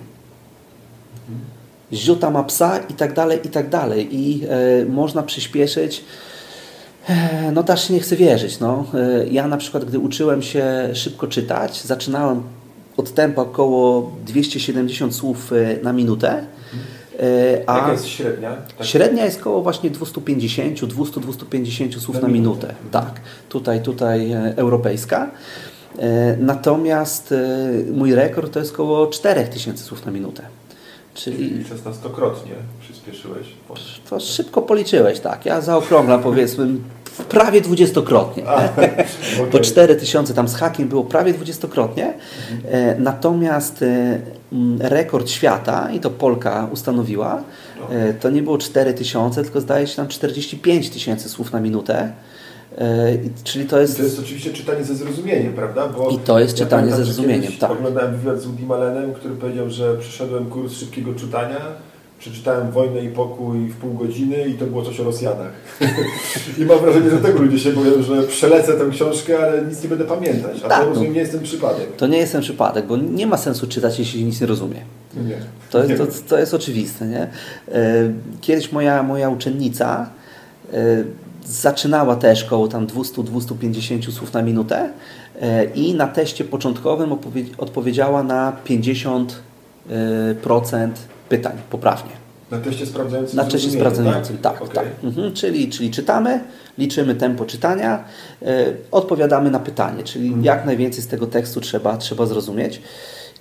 Ziuta ma psa i tak dalej, i tak dalej. I e, można przyspieszyć. E, no też nie chcę wierzyć. No. E, ja na przykład, gdy uczyłem się szybko czytać, zaczynałem od tempa około dwieście siedemdziesiąt słów na minutę. E, a Jaka jest średnia? Tak? Średnia jest około właśnie dwieście pięćdziesiąt, dwieście do dwustu pięćdziesięciu słów na, na minutę. minutę. Tak, tutaj, tutaj e, europejska. E, natomiast e, mój rekord to jest około cztery tysiące słów na minutę. Czyli szesnastokrotnie przyspieszyłeś. To szybko policzyłeś, tak. Ja zaokrąglam powiedzmy prawie dwudziestokrotnie. A, okay. Po cztery tysiące tam z hakiem było prawie dwudziestokrotnie. Mhm. Natomiast rekord świata, i to Polka ustanowiła, okay. to nie było cztery tysiące, tylko zdaje się tam czterdzieści pięć tysięcy słów na minutę. Czyli to jest... I to jest oczywiście czytanie ze zrozumieniem, prawda? Bo I to jest ja czytanie ze zrozumieniem, tak. Oglądałem wywiad z Woody Allenem, który powiedział, że przeszedłem kurs szybkiego czytania, przeczytałem Wojnę i pokój w pół godziny i to było coś o Rosjanach. I mam wrażenie, że tego ludzie się boją, że przelecę tę książkę, ale nic nie będę pamiętać. A tak, to rozumiem, nie jest ten przypadek. To nie jest ten przypadek, bo nie ma sensu czytać, jeśli się nic nie rozumie. Nie. To, nie. To, to jest oczywiste, nie? Kiedyś moja, moja uczennica zaczynała też koło tam dwieście do dwustu pięćdziesięciu słów na minutę i na teście początkowym odpowiedziała na pięćdziesiąt procent pytań poprawnie. Na teście sprawdzającym? Na teście sprawdzającym, tak. tak, okay. tak. Mhm. Czyli, czyli czytamy, liczymy tempo czytania, yy, odpowiadamy na pytanie, czyli mhm. jak najwięcej z tego tekstu trzeba, trzeba zrozumieć.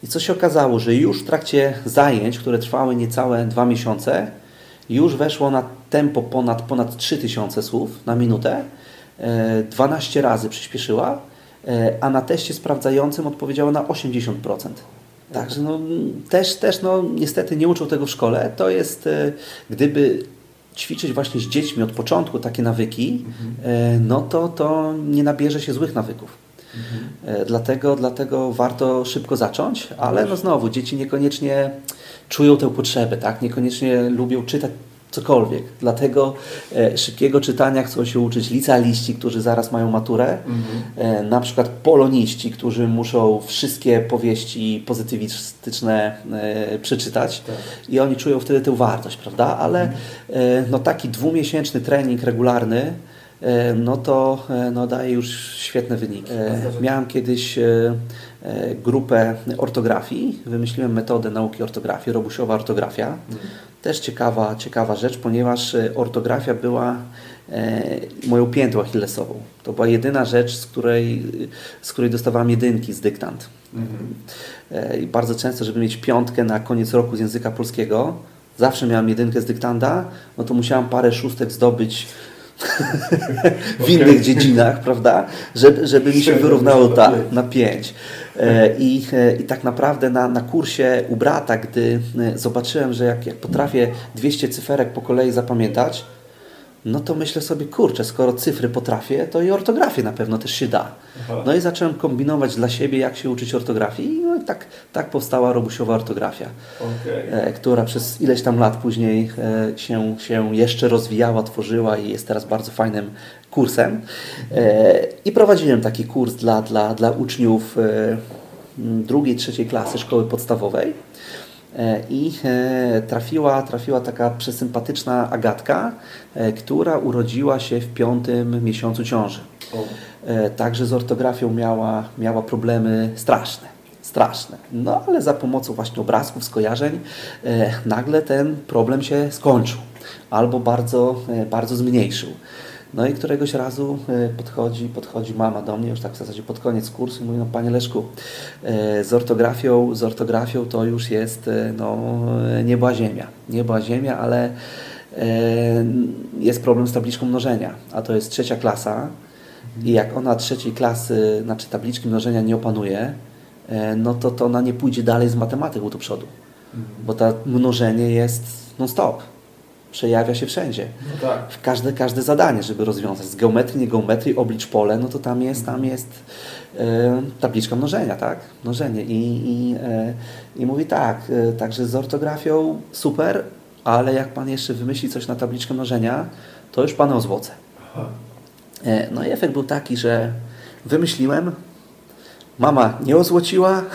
I co się okazało, że już w trakcie zajęć, które trwały niecałe dwa miesiące, już weszło na tempo ponad, ponad trzy tysiące słów na minutę, dwanaście razy przyspieszyła, a na teście sprawdzającym odpowiedziała na osiemdziesiąt procent. Także no, też, też no, niestety nie uczą tego w szkole. To jest, gdyby ćwiczyć właśnie z dziećmi od początku takie nawyki, mhm. no to, to nie nabierze się złych nawyków. Mhm. Dlatego, dlatego warto szybko zacząć, ale no znowu dzieci niekoniecznie czują tę potrzebę, tak? Niekoniecznie lubią czytać cokolwiek. Dlatego e, szybkiego czytania chcą się uczyć licealiści, którzy zaraz mają maturę, mhm. e, na przykład poloniści, którzy muszą wszystkie powieści pozytywistyczne e, przeczytać tak. i oni czują wtedy tę wartość, prawda? Ale mhm. e, no, taki dwumiesięczny trening regularny e, no to e, no, daje już świetne wyniki. E, miałem kiedyś e, e, grupę ortografii, wymyśliłem metodę nauki ortografii, robusiowa ortografia. Mhm. Też ciekawa, ciekawa rzecz, ponieważ ortografia była e, moją piętą achillesową. To była jedyna rzecz, z której, z której dostawałem jedynki z dyktant. Mhm. E, I bardzo często, żeby mieć piątkę na koniec roku z języka polskiego, zawsze miałem jedynkę z dyktanda, no to musiałem parę szóstek zdobyć w innych okay. dziedzinach, prawda, żeby, żeby mi się wyrównało ta, na pięć. I, i tak naprawdę na, na kursie u brata, gdy zobaczyłem, że jak, jak potrafię dwieście cyferek po kolei zapamiętać, no to myślę sobie, kurczę, skoro cyfry potrafię, to i ortografię na pewno też się da. Aha. No i zacząłem kombinować dla siebie, jak się uczyć ortografii. No i tak, tak powstała robusiowa ortografia, okay. która przez ileś tam lat później się, się jeszcze rozwijała, tworzyła i jest teraz bardzo fajnym kursem. I prowadziłem taki kurs dla, dla, dla uczniów drugiej, trzeciej klasy szkoły podstawowej. I trafiła, trafiła taka przesympatyczna Agatka, która urodziła się w piątym miesiącu ciąży. O. Także z ortografią miała, miała problemy straszne, straszne. No ale za pomocą właśnie obrazków, skojarzeń nagle ten problem się skończył albo bardzo, bardzo zmniejszył. No i któregoś razu podchodzi, podchodzi mama do mnie, już tak w zasadzie pod koniec kursu i mówi, no Panie Leszku, z ortografią, z ortografią to już jest no, nieba ziemia. Nieba ziemia, ale jest problem z tabliczką mnożenia, a to jest trzecia klasa i jak ona trzeciej klasy, znaczy tabliczki mnożenia nie opanuje, no to, to ona nie pójdzie dalej z matematyką do przodu, bo to mnożenie jest non-stop. Przejawia się wszędzie. No tak. W każde, każde zadanie, żeby rozwiązać. Z geometrii, nie geometrii, oblicz pole, no to tam jest, tam jest e, tabliczka mnożenia, tak? Mnożenie. I, i, e, i mówi tak, e, także z ortografią super, ale jak Pan jeszcze wymyśli coś na tabliczkę mnożenia, to już Pana ozłocę. E, no i efekt był taki, że wymyśliłem, mama nie ozłociła,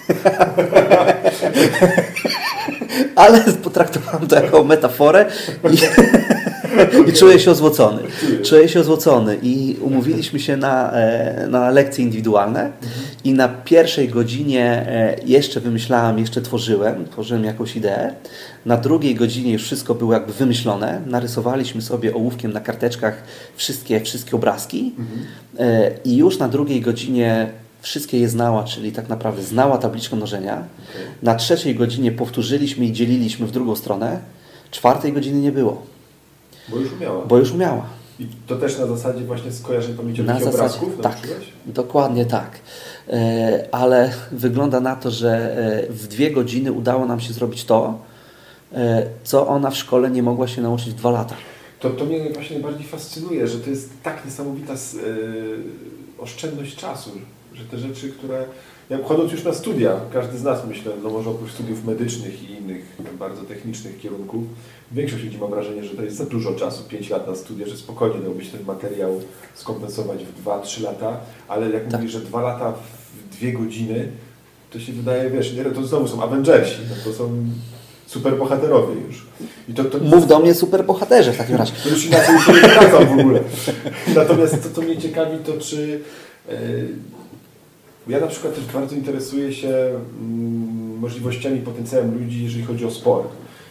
ale potraktowałem to jako metaforę i, i czuję się ozłocony. Czuję się ozłocony i umówiliśmy się na, na lekcje indywidualne i na pierwszej godzinie jeszcze wymyślałem, jeszcze tworzyłem, tworzyłem jakąś ideę. Na drugiej godzinie już wszystko było jakby wymyślone. Narysowaliśmy sobie ołówkiem na karteczkach wszystkie, wszystkie obrazki i już na drugiej godzinie wszystkie je znała, czyli tak naprawdę znała tabliczkę mnożenia. Okay. Na trzeciej godzinie powtórzyliśmy i dzieliliśmy w drugą stronę. Czwartej godziny nie było. Bo już umiała. Bo już umiała. I to też na zasadzie właśnie skojarzeń pamięciowych obrazków? Tak, dokładnie tak. E, ale wygląda na to, że w dwie godziny udało nam się zrobić to, e, co ona w szkole nie mogła się nauczyć w dwa lata. To, to mnie właśnie najbardziej fascynuje, że to jest tak niesamowita yy, oszczędność czasu, że te rzeczy, które, ja chodząc już na studia, każdy z nas myślę, no może oprócz studiów medycznych i innych bardzo technicznych kierunków, większość ludzi ma wrażenie, że to jest za dużo czasu, pięć lat na studia, że spokojnie dałoby się ten materiał skompensować w dwa trzy lata, ale jak tak. mówisz, że dwa lata w dwie godziny, to się wydaje, wiesz, nie, to znowu są Avengersi, no to są superbohaterowie już. I to, to Mów do mnie superbohaterze w takim razie. To już inaczej już nie wracam w ogóle. Natomiast to, co mnie ciekawi, to czy... Yy, ja na przykład też bardzo interesuję się mm, możliwościami, potencjałem ludzi, jeżeli chodzi o sport.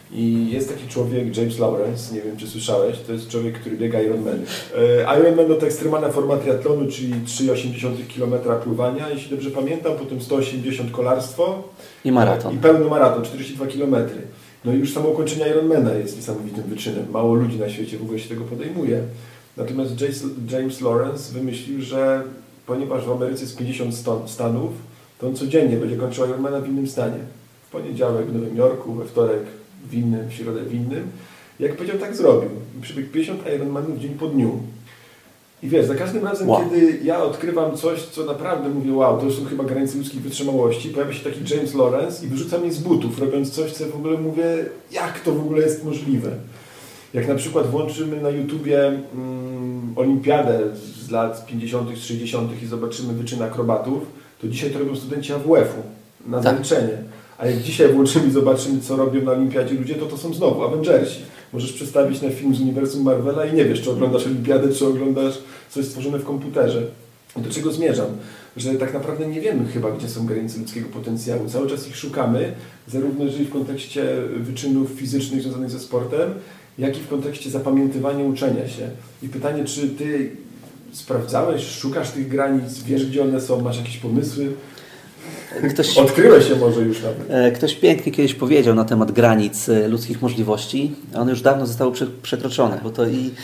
I jest taki człowiek, James Lawrence, nie wiem czy słyszałeś, to jest człowiek, który biega Ironman. Ironman to ekstremalna forma triatlonu, czyli trzy przecinek osiem kilometra pływania, jeśli dobrze pamiętam, potem sto osiemdziesiąt kolarstwo i maraton. I pełny maraton, czterdzieści dwa kilometry. No i już samo ukończenie Ironmana jest niesamowitym wyczynem. Mało ludzi na świecie w ogóle się tego podejmuje. Natomiast James, James Lawrence wymyślił, że ponieważ w Ameryce jest pięćdziesiąt stanów, to on codziennie będzie kończył Ironmana w innym stanie. W poniedziałek w Nowym Jorku, we wtorek w innym, w środę w innym. Jak powiedział, tak zrobił. Przebiegł pięćdziesiąt Ironmanów dzień po dniu. I wiesz, za każdym razem, wow. kiedy ja odkrywam coś, co naprawdę mówię, wow, to już są chyba granice ludzkiej wytrzymałości, pojawia się taki James Lawrence i wyrzuca mnie z butów, robiąc coś, co w ogóle mówię, jak to w ogóle jest możliwe. Jak na przykład włączymy na YouTubie mm, olimpiadę z lat pięćdziesiątych, sześćdziesiątych i zobaczymy wyczyn akrobatów, to dzisiaj to robią studenci A W F-u na tak. zaliczenie. A jak dzisiaj włączymy i zobaczymy, co robią na olimpiadzie ludzie, to to są znowu Avengersi. Możesz przestawić na film z uniwersum Marvela i nie wiesz, czy oglądasz olimpiadę, czy oglądasz coś stworzone w komputerze. I do czego zmierzam? Że tak naprawdę nie wiemy chyba, gdzie są granice ludzkiego potencjału. Cały czas ich szukamy, zarówno jeżeli w kontekście wyczynów fizycznych związanych ze sportem, jak i w kontekście zapamiętywania, uczenia się. I pytanie, czy Ty sprawdzałeś, szukasz tych granic, wiesz, gdzie one są, masz jakieś pomysły? Ktoś, Odkryłeś się może już nawet. Ktoś pięknie kiedyś powiedział na temat granic ludzkich możliwości. One już dawno zostały przekroczone, bo to i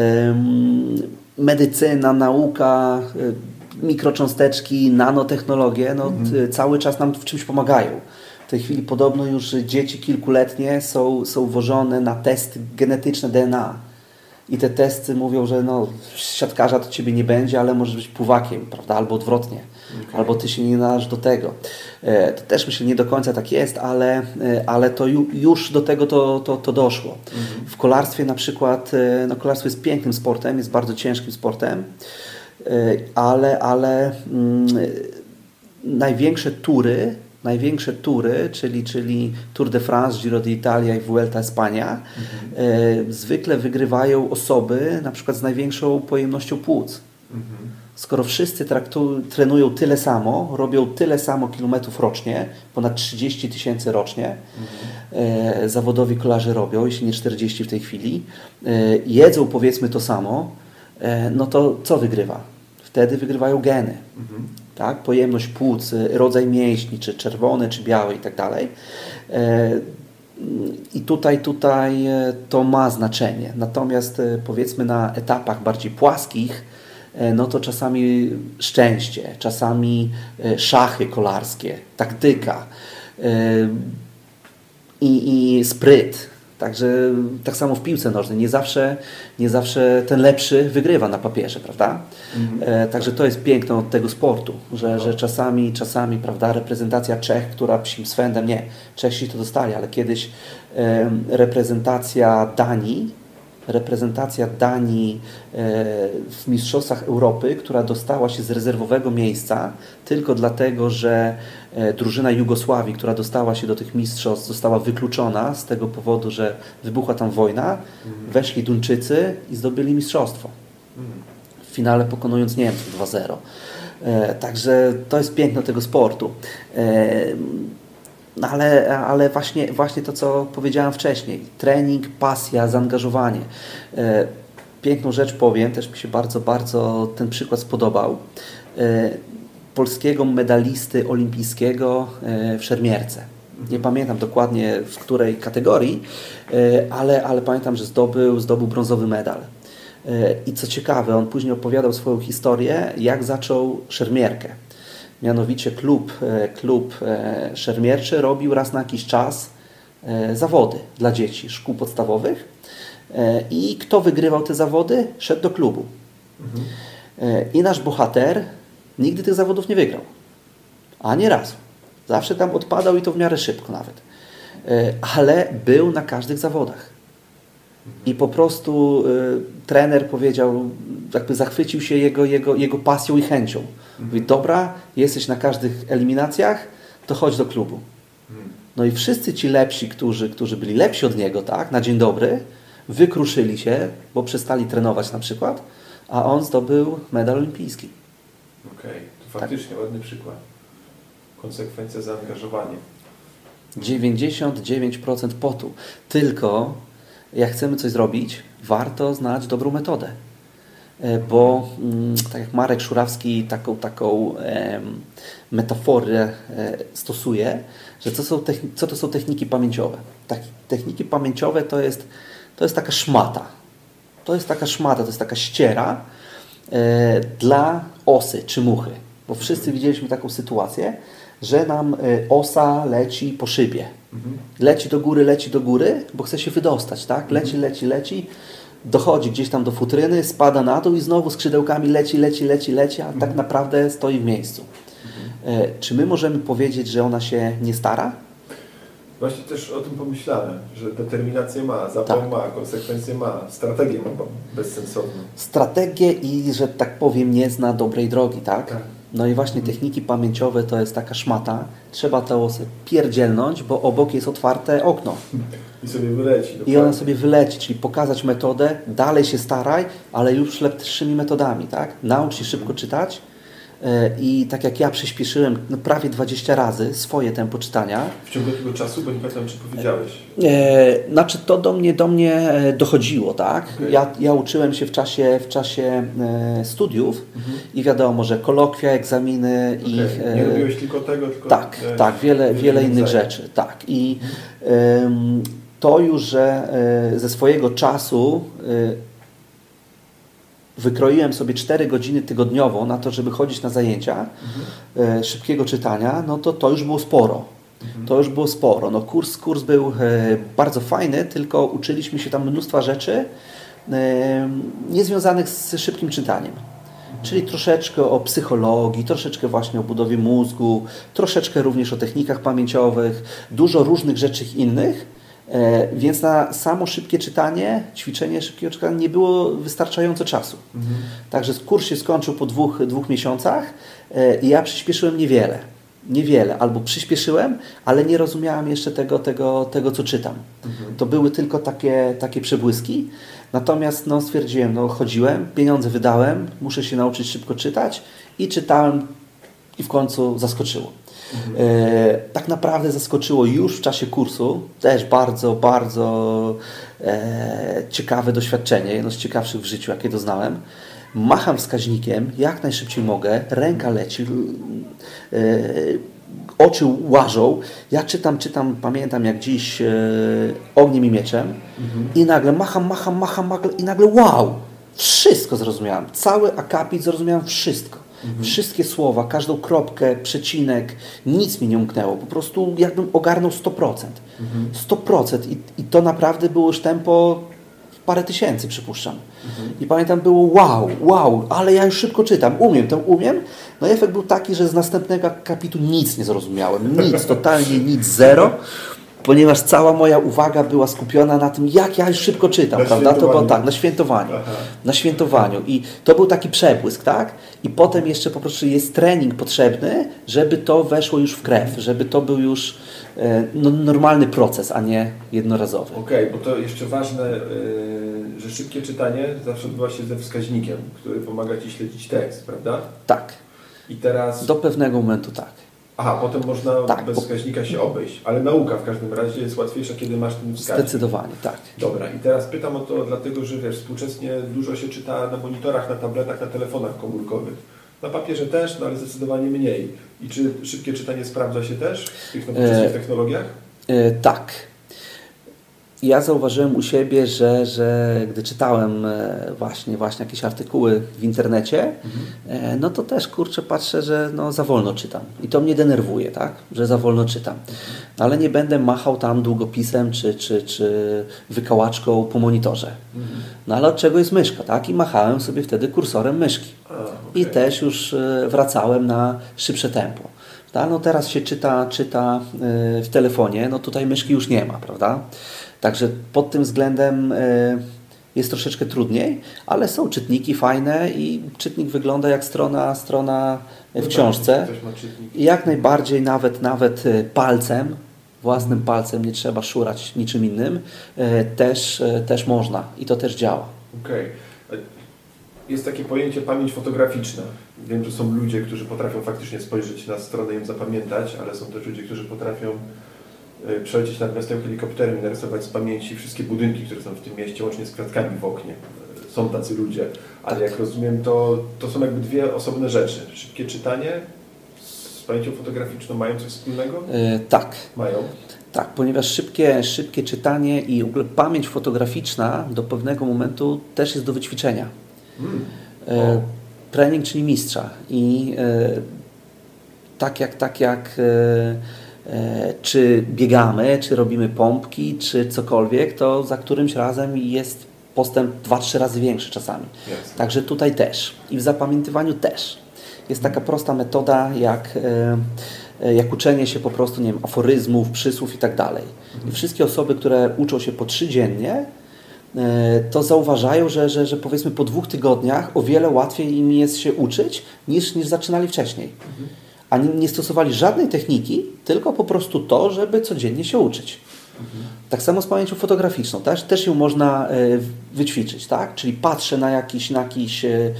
um, medycyna, nauka, mikrocząsteczki, nanotechnologie, no, mhm. cały czas nam w czymś pomagają. W tej chwili podobno już dzieci kilkuletnie są, są wożone na testy genetyczne D N A. I te testy mówią, że no, siatkarza to Ciebie nie będzie, ale możesz być pływakiem, prawda? Albo odwrotnie. Okay. Albo Ty się nie należysz do tego. E, to też myślę, nie do końca tak jest, ale, e, ale to ju, już do tego to, to, to doszło. Mm-hmm. W kolarstwie na przykład, e, no kolarstwo jest pięknym sportem, jest bardzo ciężkim sportem, e, ale, ale mm, największe tury Największe tury, czyli, czyli Tour de France, Giro d'Italia i Vuelta Espania, mhm. e, zwykle wygrywają osoby na przykład z największą pojemnością płuc. Mhm. Skoro wszyscy traktu, trenują tyle samo, robią tyle samo kilometrów rocznie, ponad trzydzieści tysięcy rocznie, mhm. e, zawodowi kolarze robią, jeśli nie czterdzieści w tej chwili, e, jedzą powiedzmy to samo, e, no to co wygrywa? Wtedy wygrywają geny. Mhm. Tak? Pojemność płuc, rodzaj mięśni, czy czerwone, czy białe i tak dalej. I tutaj, tutaj to ma znaczenie. Natomiast powiedzmy na etapach bardziej płaskich, no to czasami szczęście, czasami szachy kolarskie, taktyka i, i spryt. Także tak samo w piłce nożnej. Nie zawsze, nie zawsze ten lepszy wygrywa na papierze, prawda? Mhm. E, także to jest piękno od tego sportu, że, że czasami, czasami, prawda, reprezentacja Czech, która psim swędem, nie, Czesi to dostali, ale kiedyś e, reprezentacja Danii, reprezentacja Danii w Mistrzostwach Europy, która dostała się z rezerwowego miejsca tylko dlatego, że drużyna Jugosławii, która dostała się do tych mistrzostw, została wykluczona z tego powodu, że wybuchła tam wojna. Mhm. Weszli Duńczycy i zdobyli mistrzostwo. Mhm. W finale pokonując Niemców dwa zero. Także to jest piękno tego sportu. No ale, ale właśnie, właśnie to, co powiedziałem wcześniej. Trening, pasja, zaangażowanie. E, piękną rzecz powiem, też mi się bardzo, bardzo ten przykład spodobał. E, polskiego medalisty olimpijskiego e, w szermierce. Nie pamiętam dokładnie w której kategorii, e, ale, ale pamiętam, że zdobył, zdobył brązowy medal. E, I co ciekawe, on później opowiadał swoją historię, jak zaczął szermierkę. Mianowicie klub, klub szermierczy robił raz na jakiś czas zawody dla dzieci szkół podstawowych i kto wygrywał te zawody, szedł do klubu. Mhm. I nasz bohater nigdy tych zawodów nie wygrał. Ani razu. Zawsze tam odpadał i to w miarę szybko nawet. Ale był na każdych zawodach. I po prostu y, trener powiedział, jakby zachwycił się jego, jego, jego pasją i chęcią. Mówi, dobra, jesteś na każdych eliminacjach, to chodź do klubu. No i wszyscy ci lepsi, którzy, którzy byli lepsi od niego, tak, na dzień dobry, wykruszyli się, bo przestali trenować na przykład, a on zdobył medal olimpijski. Okej, okay. To faktycznie tak. Ładny przykład. Konsekwencja, zaangażowanie. dziewięćdziesiąt dziewięć procent potu. Tylko jak chcemy coś zrobić, warto znać dobrą metodę. Bo tak jak Marek Szurawski taką, taką e, metaforę e, stosuje, że co, są techni- co to są techniki pamięciowe? Tak, techniki pamięciowe to jest, to jest taka szmata. To jest taka szmata, to jest taka ściera e, dla osy czy muchy. Bo wszyscy widzieliśmy taką sytuację, że nam e, osa leci po szybie. Mhm. Leci do góry, leci do góry, bo chce się wydostać, tak? Leci, leci, leci. Dochodzi gdzieś tam do futryny, spada na dół i znowu skrzydełkami leci, leci, leci, leci, a mhm. tak naprawdę stoi w miejscu. Mhm. E, czy my możemy powiedzieć, że ona się nie stara? Właśnie też o tym pomyślałem, że determinację ma, zapał tak. ma, konsekwencje ma, strategię ma bezsensowną. Strategię i, że tak powiem, nie zna dobrej drogi, tak? tak. No i właśnie mhm. techniki pamięciowe to jest taka szmata. Trzeba tę osę pierdzielnąć, bo obok jest otwarte okno. I sobie wyleci. Dokładnie. I ona sobie wyleci, czyli pokazać metodę, dalej się staraj, ale już lepszymi metodami, tak? Naucz się szybko czytać i tak jak ja przyspieszyłem no, prawie dwadzieścia razy swoje tempo czytania. W ciągu tego czasu, bo nie pamiętam, czy powiedziałeś. E, znaczy to do mnie, do mnie dochodziło, tak? Okay. Ja, ja uczyłem się w czasie, w czasie e, studiów mhm. i wiadomo, że kolokwia, egzaminy okay. i... E, nie robiłeś tylko tego, tylko... Tak, e, tak, wiele, wiele, wiele innych zajęć. rzeczy, tak. I mhm. e, to już, że e, ze swojego czasu e, wykroiłem sobie cztery godziny tygodniowo na to, żeby chodzić na zajęcia mhm. e, szybkiego czytania, no to to już było sporo. Mhm. To już było sporo. No kurs, kurs był e, bardzo fajny, tylko uczyliśmy się tam mnóstwa rzeczy e, niezwiązanych z szybkim czytaniem. Mhm. Czyli troszeczkę o psychologii, troszeczkę właśnie o budowie mózgu, troszeczkę również o technikach pamięciowych, dużo różnych rzeczy innych. Więc na samo szybkie czytanie, ćwiczenie szybkiego czytania nie było wystarczająco czasu. Mhm. Także kurs się skończył po dwóch, dwóch miesiącach i ja przyspieszyłem niewiele. Niewiele. Albo przyspieszyłem, ale nie rozumiałem jeszcze tego, tego, tego co czytam. Mhm. To były tylko takie, takie przebłyski. Natomiast no, stwierdziłem, no chodziłem, pieniądze wydałem, muszę się nauczyć szybko czytać i czytałem i w końcu zaskoczyło. Mhm. E, tak naprawdę zaskoczyło już w czasie kursu, też bardzo, bardzo e, ciekawe doświadczenie, jedno z ciekawszych w życiu, jakie doznałem. Macham wskaźnikiem, jak najszybciej mogę, ręka leci, e, oczy łażą. Ja czytam, czytam, pamiętam jak dziś e, Ogniem i Mieczem mhm. i nagle macham, macham, macham, macham i nagle wow, wszystko zrozumiałem, cały akapit zrozumiałem wszystko. Mhm. Wszystkie słowa, każdą kropkę, przecinek, nic mi nie umknęło. Po prostu jakbym ogarnął sto procent. Mhm. sto procent. I, I to naprawdę było już tempo parę tysięcy, przypuszczam. Mhm. I pamiętam, było wow, wow, ale ja już szybko czytam, umiem, to umiem. No i efekt był taki, że z następnego akapitu nic nie zrozumiałem. Nic, totalnie nic, zero. Ponieważ cała moja uwaga była skupiona na tym, jak ja już szybko czytam, na prawda? To było tak, na świętowaniu. Aha. Na świętowaniu. I to był taki przebłysk, tak? I potem jeszcze po prostu jest trening potrzebny, żeby to weszło już w krew, żeby to był już e, no, normalny proces, a nie jednorazowy. Okej, okay, bo to jeszcze ważne, yy, że szybkie czytanie zawsze odbywa się ze wskaźnikiem, który pomaga Ci śledzić tekst, prawda? Tak. I teraz... Do pewnego momentu tak. Aha, potem można tak, bez wskaźnika się obejść, ale nauka w każdym razie jest łatwiejsza, kiedy masz ten wskaźnik. Zdecydowanie, tak. Dobra, i teraz pytam o to dlatego, że wiesz, współczesnie dużo się czyta na monitorach, na tabletach, na telefonach komórkowych. Na papierze też, no ale zdecydowanie mniej. I czy szybkie czytanie sprawdza się też w tych nowoczesnych e, technologiach? E, tak. Ja zauważyłem u siebie, że, że gdy czytałem właśnie, właśnie jakieś artykuły w internecie, mhm. no to też kurczę patrzę, że no za wolno czytam. I to mnie denerwuje, tak? Że za wolno czytam. Mhm. Ale nie będę machał tam długopisem czy, czy, czy wykałaczką po monitorze. Mhm. No ale od czego jest myszka, tak? I machałem sobie wtedy kursorem myszki. A, okay. I też już wracałem na szybsze tempo. Tak? No teraz się czyta, czyta w telefonie, no tutaj myszki już nie ma, prawda? Także pod tym względem jest troszeczkę trudniej, ale są czytniki fajne i czytnik wygląda jak strona, strona w książce. I jak najbardziej nawet, nawet palcem, własnym palcem, nie trzeba szurać niczym innym, też, też można i to też działa. Okej. Okay. Jest takie pojęcie pamięć fotograficzna. Wiem, że są ludzie, którzy potrafią faktycznie spojrzeć na stronę i ją zapamiętać, ale są też ludzie, którzy potrafią przelecieć nad miastem helikopterem i narysować z pamięci wszystkie budynki, które są w tym mieście, łącznie z kratkami w oknie. Są tacy ludzie, ale jak rozumiem, to, to są jakby dwie osobne rzeczy. Szybkie czytanie z pamięcią fotograficzną mają coś wspólnego? Yy, tak. Mają? Tak, ponieważ szybkie, szybkie czytanie i w ogóle pamięć fotograficzna do pewnego momentu też jest do wyćwiczenia. Hmm. Yy, trening czyni mistrza i yy, tak jak, tak jak yy, yy, czy biegamy, czy robimy pompki, czy cokolwiek, to za którymś razem jest postęp dwa trzy razy większy czasami. Jasne. Także tutaj też. I w zapamiętywaniu też. Jest taka prosta metoda jak, jak uczenie się po prostu, nie wiem, aforyzmów, przysłów i tak dalej. I wszystkie osoby, które uczą się po trzy dziennie, to zauważają, że, że, że powiedzmy po dwóch tygodniach o wiele łatwiej im jest się uczyć niż, niż zaczynali wcześniej. A nie, nie stosowali żadnej techniki, tylko po prostu to, żeby codziennie się uczyć. Mhm. Tak samo z pamięcią fotograficzną, też, też ją można y, wyćwiczyć, tak? Czyli patrzę na jakiś, na jakiś y, y,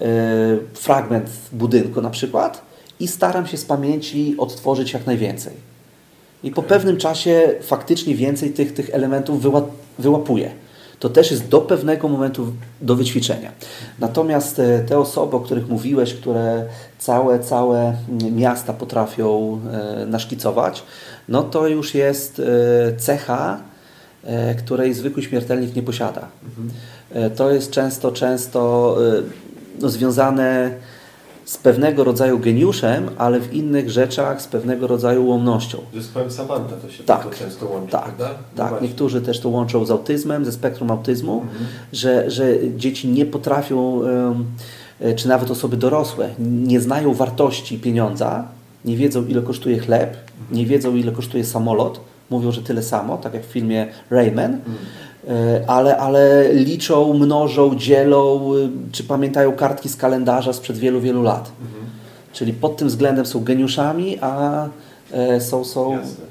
fragment budynku na przykład i staram się z pamięci odtworzyć jak najwięcej. I po pewnym czasie faktycznie więcej tych, tych elementów wyła, wyłapuję. To też jest do pewnego momentu do wyćwiczenia. Natomiast te osoby, o których mówiłeś, które całe, całe miasta potrafią naszkicować, no to już jest cecha, której zwykły śmiertelnik nie posiada. Mhm. To jest często, często no, związane z pewnego rodzaju geniuszem, ale w innych rzeczach z pewnego rodzaju ułomnością. Z zespołem Savanta to się tak, to często łączy, tak, prawda? No tak, niektórzy też to łączą z autyzmem, ze spektrum autyzmu, mhm. że, że dzieci nie potrafią, czy nawet osoby dorosłe, nie znają wartości pieniądza, nie wiedzą, ile kosztuje chleb, mhm. nie wiedzą, ile kosztuje samolot, mówią, że tyle samo, tak jak w filmie Rayman, mhm. Ale, ale liczą, mnożą, dzielą, czy pamiętają kartki z kalendarza sprzed wielu, wielu lat. Mhm. Czyli pod tym względem są geniuszami, a e, są... są Jasne.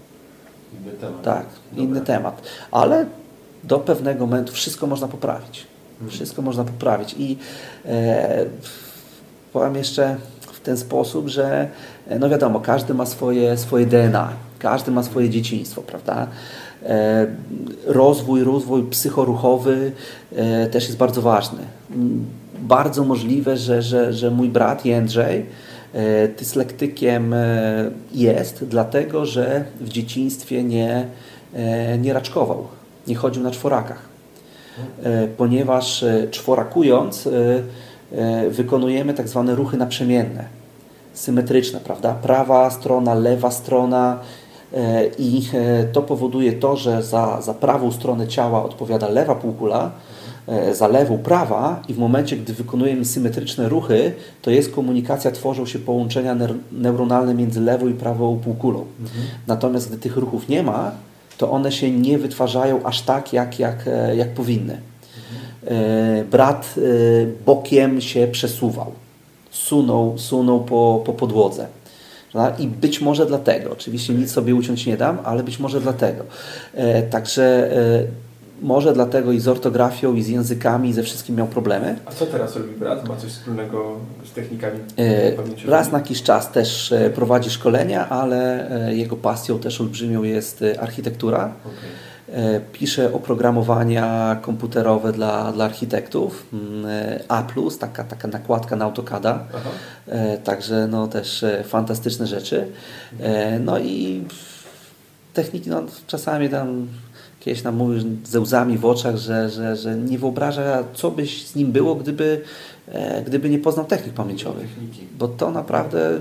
Inny temat. Tak, Dobra. inny temat. Ale do pewnego momentu wszystko można poprawić. Mhm. Wszystko można poprawić. I e, powiem jeszcze w ten sposób, że no wiadomo, każdy ma swoje, swoje D N A. Każdy ma swoje dzieciństwo, prawda? E, rozwój, rozwój psychoruchowy e, też jest bardzo ważny. Bardzo możliwe, że, że, że mój brat Jędrzej e, dyslektykiem e, jest, dlatego że w dzieciństwie nie, e, nie raczkował, nie chodził na czworakach. E, ponieważ e, czworakując e, e, wykonujemy tak zwane ruchy naprzemienne, symetryczne, prawda? Prawa strona, lewa strona. I to powoduje to, że za, za prawą stronę ciała odpowiada lewa półkula, za lewą prawa i w momencie, gdy wykonujemy symetryczne ruchy, to jest komunikacja, tworzą się połączenia neuronalne między lewą i prawą półkulą. Mhm. Natomiast gdy tych ruchów nie ma, to one się nie wytwarzają aż tak, jak, jak, jak powinny. Mhm. Brat bokiem się przesuwał, sunął, sunął po, po podłodze. I być może dlatego, oczywiście nic sobie uciąć nie dam, ale być może dlatego. E, także e, może dlatego i z ortografią, i z językami, i ze wszystkim miał problemy. A co teraz robi brat? Ma coś wspólnego z technikami e, Raz na jakiś czas też e, prowadzi szkolenia, ale e, jego pasją też olbrzymią jest e, architektura. Okay. Pisze oprogramowania komputerowe dla, dla architektów, A plus, taka, taka nakładka na AutoCADa, Aha. Także no też fantastyczne rzeczy. No i techniki, no czasami tam kiedyś nam mówił ze łzami w oczach, że, że, że nie wyobraża, co by z nim było, gdyby, gdyby nie poznał technik pamięciowych. Bo to naprawdę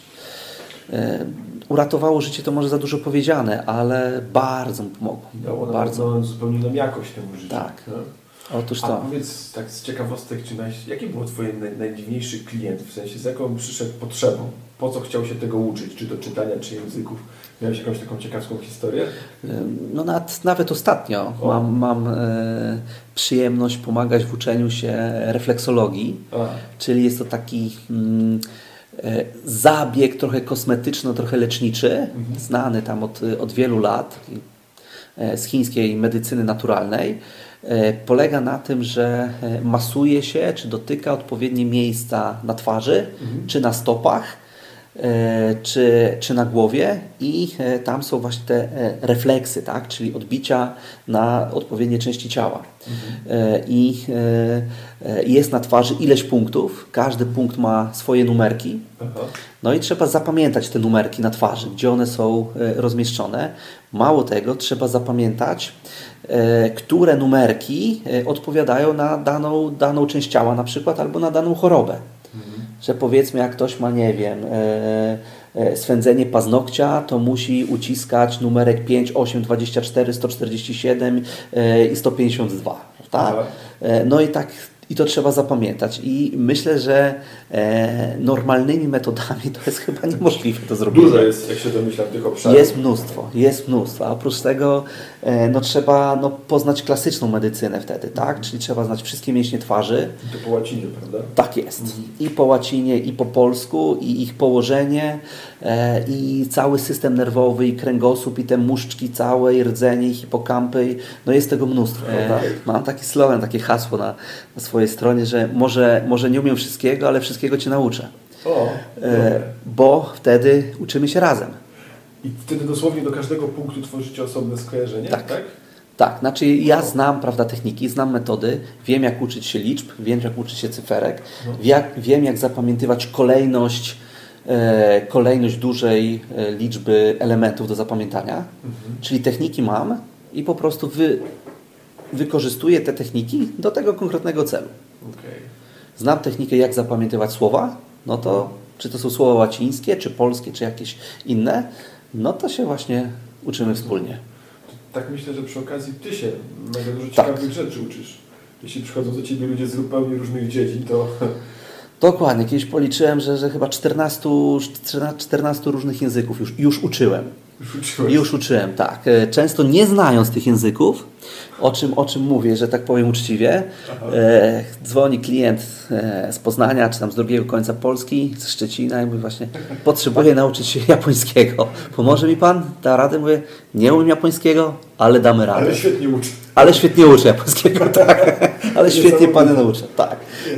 uratowało życie, to może za dużo powiedziane, ale bardzo mu pomogło. Dało bardzo nam zupełnie nam jakość temu życiu. Tak. No? Otóż to. A powiedz tak z ciekawostek, czy naj, jaki był Twój naj, najdziwniejszy klient? W sensie z jaką przyszedł potrzebą? Po co chciał się tego uczyć? Czy do czytania, czy języków? Miałeś jakąś taką ciekawską historię? No nawet, nawet ostatnio mam, mam e, przyjemność pomagać w uczeniu się refleksologii, A. czyli jest to taki mm, e, zabieg trochę kosmetyczno, trochę leczniczy, mhm. znany tam od, od wielu lat e, z chińskiej medycyny naturalnej. E, polega na tym, że masuje się, czy dotyka odpowiednie miejsca na twarzy, mhm. czy na stopach, czy, czy na głowie i tam są właśnie te refleksy, tak? Czyli odbicia na odpowiednie części ciała. Mhm. I jest na twarzy ileś punktów, każdy punkt ma swoje numerki. Aha. No i trzeba zapamiętać te numerki na twarzy, gdzie one są rozmieszczone. Mało tego, trzeba zapamiętać, które numerki odpowiadają na daną, daną część ciała na przykład albo na daną chorobę. Że powiedzmy, jak ktoś ma, nie wiem, e, e, swędzenie paznokcia, to musi uciskać numerek pięć, osiem, dwadzieścia cztery, sto czterdzieści siedem e, i sto pięćdziesiąt dwa. Tak? E, no i tak, i to trzeba zapamiętać. I myślę, że e, normalnymi metodami to jest chyba niemożliwe to zrobić. Dużo jest, jak się domyślam, tych obszarów. Jest mnóstwo, jest mnóstwo. A oprócz tego e, no, trzeba no, poznać klasyczną medycynę wtedy, tak? Czyli trzeba znać wszystkie mięśnie twarzy. I to po łacinie, prawda? Tak jest. Mhm. I po łacinie, i po polsku, i ich położenie, e, i cały system nerwowy, i kręgosłup, i te muszczki całe, i rdzenie, i hipokampy. I, no jest tego mnóstwo. E, mam taki slogan, takie hasło na, na swojej stronie, że może, może nie umiem wszystkiego, ale wszystkiego Cię nauczę. O, e, bo wtedy uczymy się razem. I wtedy dosłownie do każdego punktu tworzycie osobne skojarzenie, tak? Tak, tak. Znaczy ja znam, prawda, techniki, znam metody, wiem jak uczyć się liczb, wiem jak uczyć się cyferek, no. jak, wiem jak zapamiętywać kolejność, e, kolejność dużej e, liczby elementów do zapamiętania. Mhm. Czyli techniki mam i po prostu wy, wykorzystuję te techniki do tego konkretnego celu. Okay. Znam technikę jak zapamiętywać słowa, no to czy to są słowa łacińskie, czy polskie, czy jakieś inne, no to się właśnie uczymy wspólnie. Tak myślę, że przy okazji Ty się mega dużo ciekawych tak. rzeczy uczysz. Jeśli przychodzą do Ciebie ludzie z zupełnie różnych dziedzin, to... Dokładnie. Kiedyś policzyłem, że, że chyba czternaście różnych języków już, już uczyłem. Już uczyłeś? Już uczyłem, tak. Często nie znając tych języków, o czym, o czym mówię, że tak powiem uczciwie. E, dzwoni klient e, z Poznania, czy tam z drugiego końca Polski, z Szczecina i mówi właśnie, potrzebuję nauczyć się japońskiego. Pomoże mi Pan? Da radę? Mówię, nie umiem japońskiego, ale damy radę. Ale świetnie uczę. Ale świetnie uczę japońskiego, tak. Ale świetnie Pany nauczę, tak.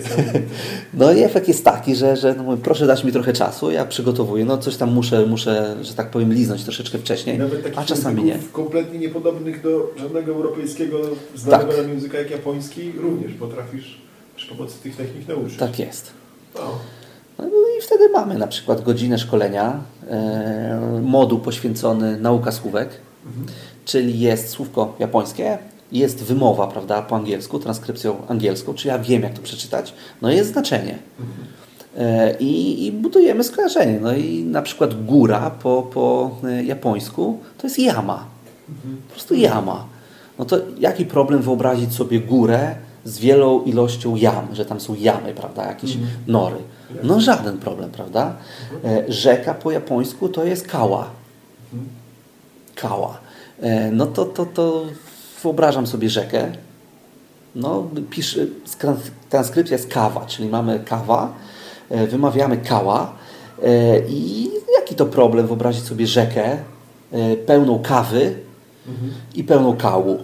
No i efekt jest taki, że, że no mówię, proszę dać mi trochę czasu, ja przygotowuję, no coś tam muszę, muszę, że tak powiem, liznąć troszeczkę wcześniej, nawet a czasami nie. Kompletnie niepodobnych do żadnego europejskiego znanego tak. nam języka jak japoński, również potrafisz przy pomocy tych technik nauczyć. Tak jest. Oh. No i wtedy mamy na przykład godzinę szkolenia, e, moduł poświęcony nauka słówek, mhm. czyli jest słówko japońskie, jest wymowa, prawda, po angielsku, transkrypcją angielską, czyli ja wiem, jak to przeczytać, no i jest znaczenie. Mhm. E, i, I budujemy skojarzenie. No i na przykład góra po, po japońsku to jest yama. Mhm. Po prostu yama. No to jaki problem wyobrazić sobie górę z wielą ilością jam, że tam są jamy, prawda, jakieś mhm. nory. No żaden problem, prawda? Mhm. E, rzeka po japońsku to jest kała. Mhm. Kała. E, no to, to, to wyobrażam sobie rzekę. No, pisz, transkrypcja jest kawa, czyli mamy kawa, e, wymawiamy kała e, i jaki to problem wyobrazić sobie rzekę e, pełną kawy mhm. i pełną kału.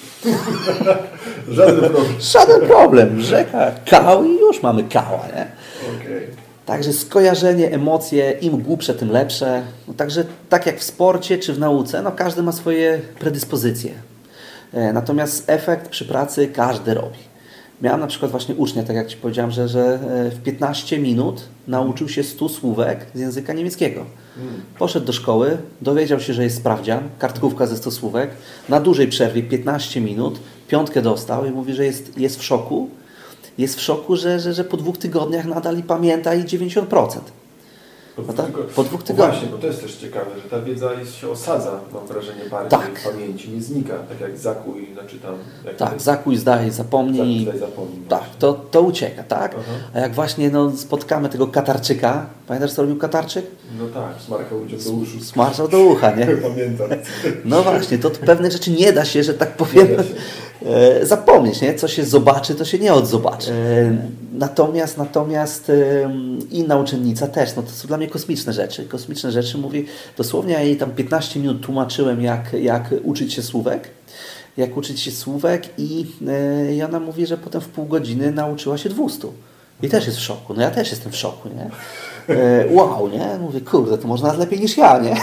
Żaden problem. Żaden problem. Rzeka, kał i już mamy kała, nie? Okay. Także skojarzenie, emocje, im głupsze, tym lepsze. No, także tak jak w sporcie czy w nauce, no każdy ma swoje predyspozycje. E, natomiast efekt przy pracy każdy robi. Miałem na przykład właśnie ucznia, tak jak Ci powiedziałem, że, że w piętnaście minut nauczył się stu słówek z języka niemieckiego. Poszedł do szkoły, dowiedział się, że jest sprawdzian, kartkówka ze stu słówek, na dużej przerwie piętnaście minut, piątkę dostał i mówi, że jest, jest w szoku. Jest w szoku, że, że, że po dwóch tygodniach nadal i pamięta i dziewięćdziesiąt procent. Po dwóch, no tygo... po dwóch tygodniach. Właśnie, bo to jest też ciekawe, że ta wiedza jest, się osadza, mam wrażenie, bardziej tak. w pamięci, nie znika, tak jak zakuj, znaczy tam... Jak tak, jest... zakuj, zdaj, zapomnij. Zakuj, zdaj, zapomnij. Tak, to, to ucieka, tak? Aha. A jak właśnie no, spotkamy tego Katarczyka, pamiętasz, co robił Katarczyk? No tak, smarkał ludziom do uszu. Smarczał do ucha, nie? Pamiętam. No właśnie, to, to pewne rzeczy nie da się, że tak powiem, e, zapomnieć, nie? Co się zobaczy, to się nie odzobaczy. E, natomiast natomiast e, inna uczennica też, no to są dla mnie kosmiczne rzeczy. Kosmiczne rzeczy, mówi, dosłownie ja jej tam piętnaście minut tłumaczyłem, jak, jak uczyć się słówek, jak uczyć się słówek i, e, i ona mówi, że potem w pół godziny nauczyła się dwustu. I też jest w szoku. No ja też jestem w szoku, nie? E, wow, nie? Mówię, kurde, to może nawet lepiej niż ja, nie?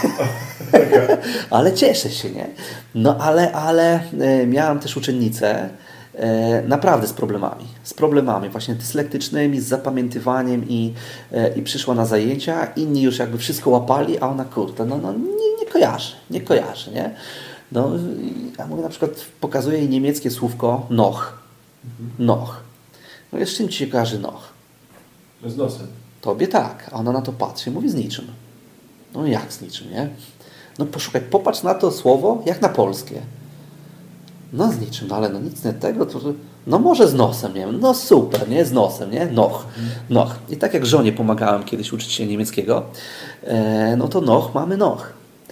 Ale cieszę się, nie? No ale, ale e, miałam też uczennicę, e, naprawdę z problemami. Z problemami właśnie dyslektycznymi, z zapamiętywaniem i, e, i przyszła na zajęcia, inni już jakby wszystko łapali, a ona, kurde, no, no nie, nie kojarzy, nie kojarzy, nie? No, ja mówię, na przykład pokazuję jej niemieckie słówko noch. Noch. No z czym ci się kojarzy noch? Z nosem. Tobie tak. A ona na to patrzy i mówi z niczym. No jak z niczym, nie? No poszukaj, popatrz na to słowo jak na polskie. No z niczym, no ale no nic nie tego, to, no może z nosem, nie? No super, nie? Z nosem, nie? Noch. Noch. I tak jak żonie pomagałem kiedyś uczyć się niemieckiego, e, no to noch mamy noch.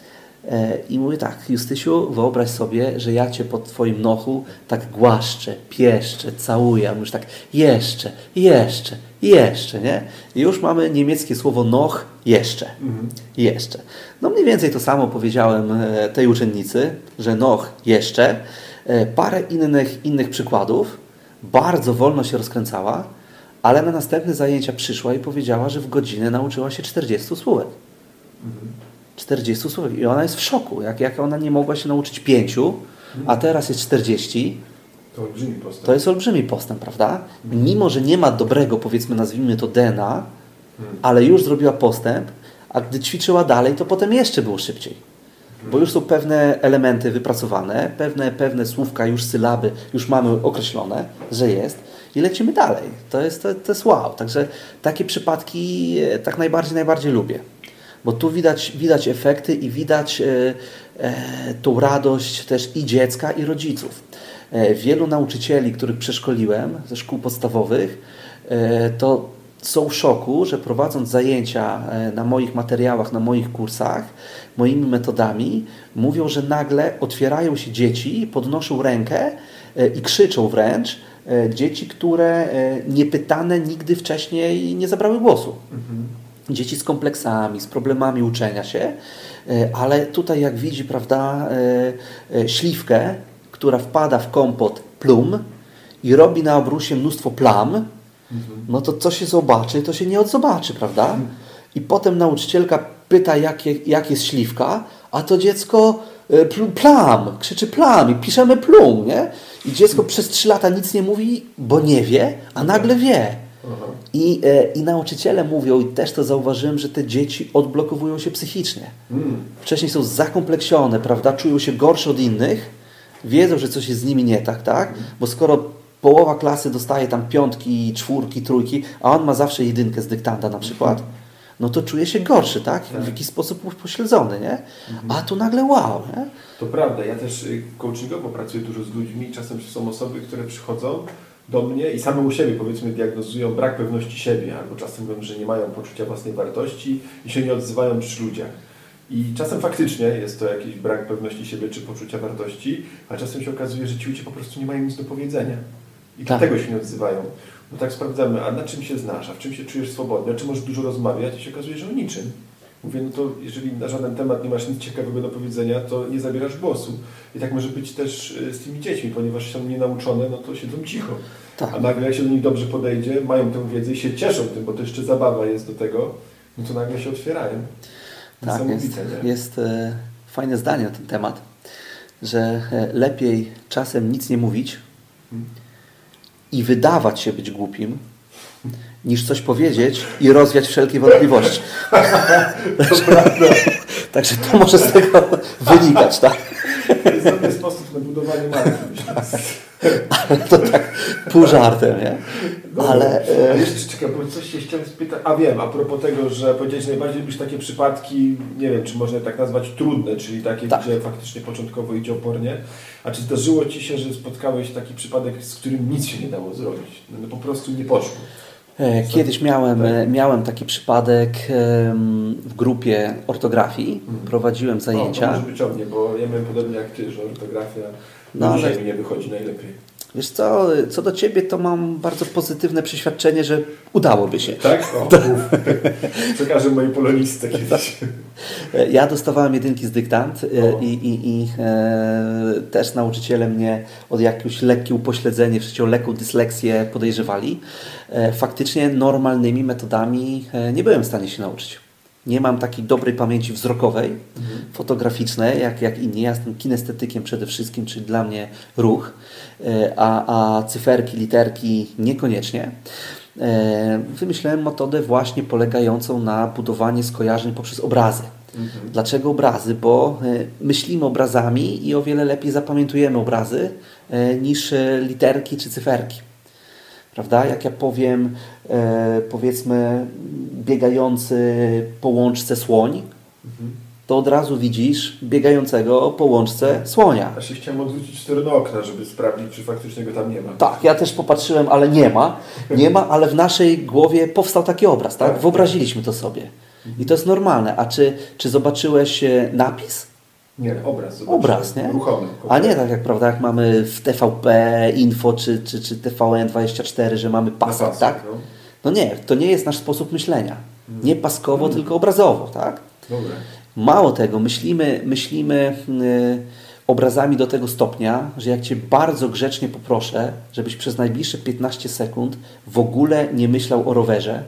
I mówię tak, Justysiu, wyobraź sobie, że ja Cię po Twoim nochu tak głaszczę, pieszczę, całuję, a mówisz tak jeszcze, jeszcze, jeszcze, nie? I już mamy niemieckie słowo noch, jeszcze, mhm. jeszcze. No mniej więcej to samo powiedziałem tej uczennicy, że noch, jeszcze. Parę innych, innych przykładów, bardzo wolno się rozkręcała, ale na następne zajęcia przyszła i powiedziała, że w godzinę nauczyła się czterdziestu słówek. Mhm. czterdziestu słów. I ona jest w szoku. Jak, jak ona nie mogła się nauczyć pięciu, a teraz jest czterdzieści, to olbrzymi postęp. To jest olbrzymi postęp, prawda? Mimo, że nie ma dobrego, powiedzmy, nazwijmy to D N A, hmm. ale już zrobiła postęp, a gdy ćwiczyła dalej, to potem jeszcze było szybciej. Hmm. Bo już są pewne elementy wypracowane, pewne, pewne słówka, już sylaby, już mamy określone, że jest i lecimy dalej. To jest, to, to jest wow. Także takie przypadki tak najbardziej, najbardziej lubię. Bo tu widać, widać efekty i widać e, e, tą radość też i dziecka, i rodziców. E, wielu nauczycieli, których przeszkoliłem ze szkół podstawowych, e, to są w szoku, że prowadząc zajęcia e, na moich materiałach, na moich kursach, moimi metodami, mówią, że nagle otwierają się dzieci, podnoszą rękę e, i krzyczą wręcz, e, dzieci, które e, niepytane nigdy wcześniej nie zabrały głosu. Mhm. Dzieci z kompleksami, z problemami uczenia się, ale tutaj jak widzi, prawda, śliwkę, która wpada w kompot plum i robi na obrusie mnóstwo plam, no to co się zobaczy, to się nie odzobaczy, prawda? I potem nauczycielka pyta, jak, jak jest śliwka, a to dziecko plam, krzyczy plam i piszemy plum, nie? I dziecko przez trzy lata nic nie mówi, bo nie wie, a nagle wie. I, e, I nauczyciele mówią, i też to zauważyłem, że te dzieci odblokowują się psychicznie. Mm. Wcześniej są zakompleksione, prawda? Czują się gorsze od innych, wiedzą, że coś jest z nimi nie tak, tak? Mm. Bo skoro połowa klasy dostaje tam piątki, czwórki, trójki, a on ma zawsze jedynkę z dyktanda na przykład, mm. no to czuje się gorszy, tak? tak. W jakiś sposób upośledzony, nie? Mm. A tu nagle wow, nie? To prawda, ja też coachingowo pracuję dużo z ludźmi, czasem są osoby, które przychodzą do mnie i same u siebie, powiedzmy, diagnozują brak pewności siebie, albo czasem wiem, że nie mają poczucia własnej wartości i się nie odzywają przy ludziach. I czasem faktycznie jest to jakiś brak pewności siebie czy poczucia wartości, a czasem się okazuje, że ci ludzie po prostu nie mają nic do powiedzenia. I tak. dlatego się nie odzywają. No tak sprawdzamy, a na czym się znasz, a w czym się czujesz swobodnie, a czy możesz dużo rozmawiać i się okazuje, że o niczym. Mówię, no to jeżeli na żaden temat nie masz nic ciekawego do powiedzenia, to nie zabierasz głosu. I tak może być też z tymi dziećmi, ponieważ są nienauczone, no to siedzą cicho. Tak. A nagle jak się do nich dobrze podejdzie, mają tę wiedzę i się cieszą tym, bo to jeszcze zabawa jest do tego, no to nagle się otwierają. Tak, jest, jest e, fajne zdanie na ten temat, że e, lepiej czasem nic nie mówić hmm. i wydawać się być głupim, niż coś powiedzieć i rozwiać wszelkie wątpliwości. To prawda. Także to może z tego wynikać, tak? To jest dobry sposób na budowanie marki, myślę. Ale to tak pół żartem, nie? No, ale... E... Ale jeszcze czekaj, bo coś się chciałem spytać. A wiem, a propos tego, że powiedziałeś, że najbardziej lubisz takie przypadki, nie wiem, czy można tak nazwać trudne, czyli takie, tak. gdzie faktycznie początkowo idzie opornie. A czy zdarzyło Ci się, że spotkałeś taki przypadek, z którym nic się nie dało zrobić? No po prostu nie poszło. Kiedyś miałem, tak. miałem taki przypadek w grupie ortografii. Hmm. Prowadziłem zajęcia. No, to może być o mnie, bo ja miałem podobnie jak Ty, że ortografia no, ale... mi nie wychodzi najlepiej. Wiesz co, co do Ciebie to mam bardzo pozytywne przeświadczenie, że udałoby się. Tak? O, przekażę mojej polonistce kiedyś. Ja dostawałem jedynki z dyktant O. i, i, i e, też nauczyciele mnie od jakiegoś lekkie upośledzenie, w sensie lekką dysleksję podejrzewali. E, faktycznie normalnymi metodami e, nie byłem w stanie się nauczyć. Nie mam takiej dobrej pamięci wzrokowej, mhm. fotograficznej, jak, jak inni. Ja jestem kinestetykiem przede wszystkim, czyli dla mnie ruch, a, a cyferki, literki niekoniecznie. Wymyślałem metodę właśnie polegającą na budowaniu skojarzeń poprzez obrazy. Mhm. Dlaczego obrazy? Bo myślimy obrazami i o wiele lepiej zapamiętujemy obrazy niż literki czy cyferki. Prawda? Jak ja powiem, e, powiedzmy, biegający po łączce słoń, mhm. to od razu widzisz biegającego po łączce słonia. Ja się chciałem odwrócić w stronę okna, żeby sprawdzić, czy faktycznie go tam nie ma. Tak, ja też popatrzyłem, ale nie ma. Nie ma, ale w naszej głowie powstał taki obraz, tak? Wyobraziliśmy to sobie. I to jest normalne. A czy, czy zobaczyłeś napis? Nie, obraz. Obraz, nie? Ruchomy. A nie tak jak, prawda, jak mamy w T V P Info czy, czy, czy T V N dwadzieścia cztery, że mamy pasek, pas, tak? No. no nie, to nie jest nasz sposób myślenia. Hmm. Nie paskowo, hmm. tylko obrazowo, tak? Dobra. Mało tego, myślimy, myślimy yy, obrazami do tego stopnia, że jak Cię bardzo grzecznie poproszę, żebyś przez najbliższe piętnaście sekund w ogóle nie myślał o rowerze,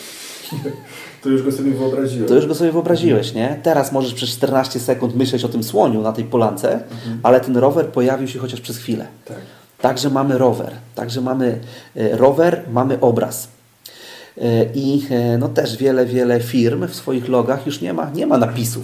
to już go sobie wyobraziłeś. To już go sobie wyobraziłeś, nie? Teraz możesz przez czternaście sekund myśleć o tym słoniu na tej polance, mhm. ale ten rower pojawił się chociaż przez chwilę. Tak. Także mamy rower. Także mamy rower, mamy obraz. I no też wiele, wiele firm w swoich logach już nie ma, nie ma napisów.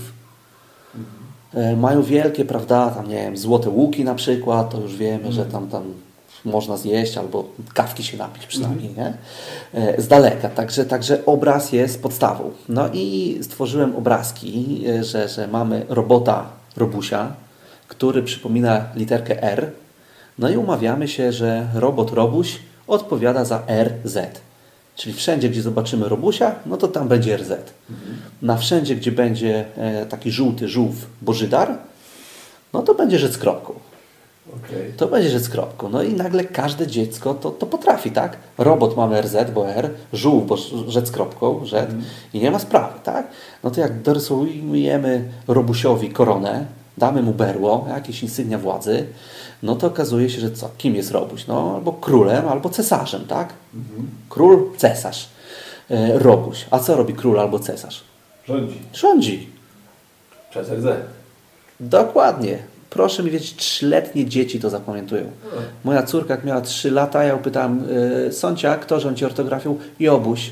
Mhm. Mają wielkie, prawda, tam nie wiem, złote łuki na przykład, to już wiemy, mhm. że tam, tam można zjeść albo kawki się napić przynajmniej, nie? Z daleka. Także, także obraz jest podstawą. No i stworzyłem obrazki, że, że mamy robota Robusia, który przypomina literkę R. No i umawiamy się, że robot Robuś odpowiada za R Z. Czyli wszędzie, gdzie zobaczymy Robusia, no to tam będzie R Z. Mhm. Na wszędzie, gdzie będzie taki żółty żółw Bożydar, no to będzie rzec kropką. Okay. To będzie rzec kropką. No i nagle każde dziecko to, to potrafi, tak? Robot mamy R Z, bo R, żółw, bo rzec kropką, Z mm. i nie ma sprawy, tak? No to jak dorysujemy Robusiowi koronę, damy mu berło, jakieś insygnia władzy, no to okazuje się, że co? Kim jest Robuś? No albo królem, albo cesarzem, tak? Mm-hmm. Król, cesarz. E, Robuś. A co robi król albo cesarz? Rządzi. Rządzi. Przez R Z. Dokładnie. Proszę mi wiedzieć, trzyletnie dzieci to zapamiętują. Moja córka, jak miała trzy lata, ja ją pytałam, yy, Sącia, kto rządzi ortografią? Jobuś.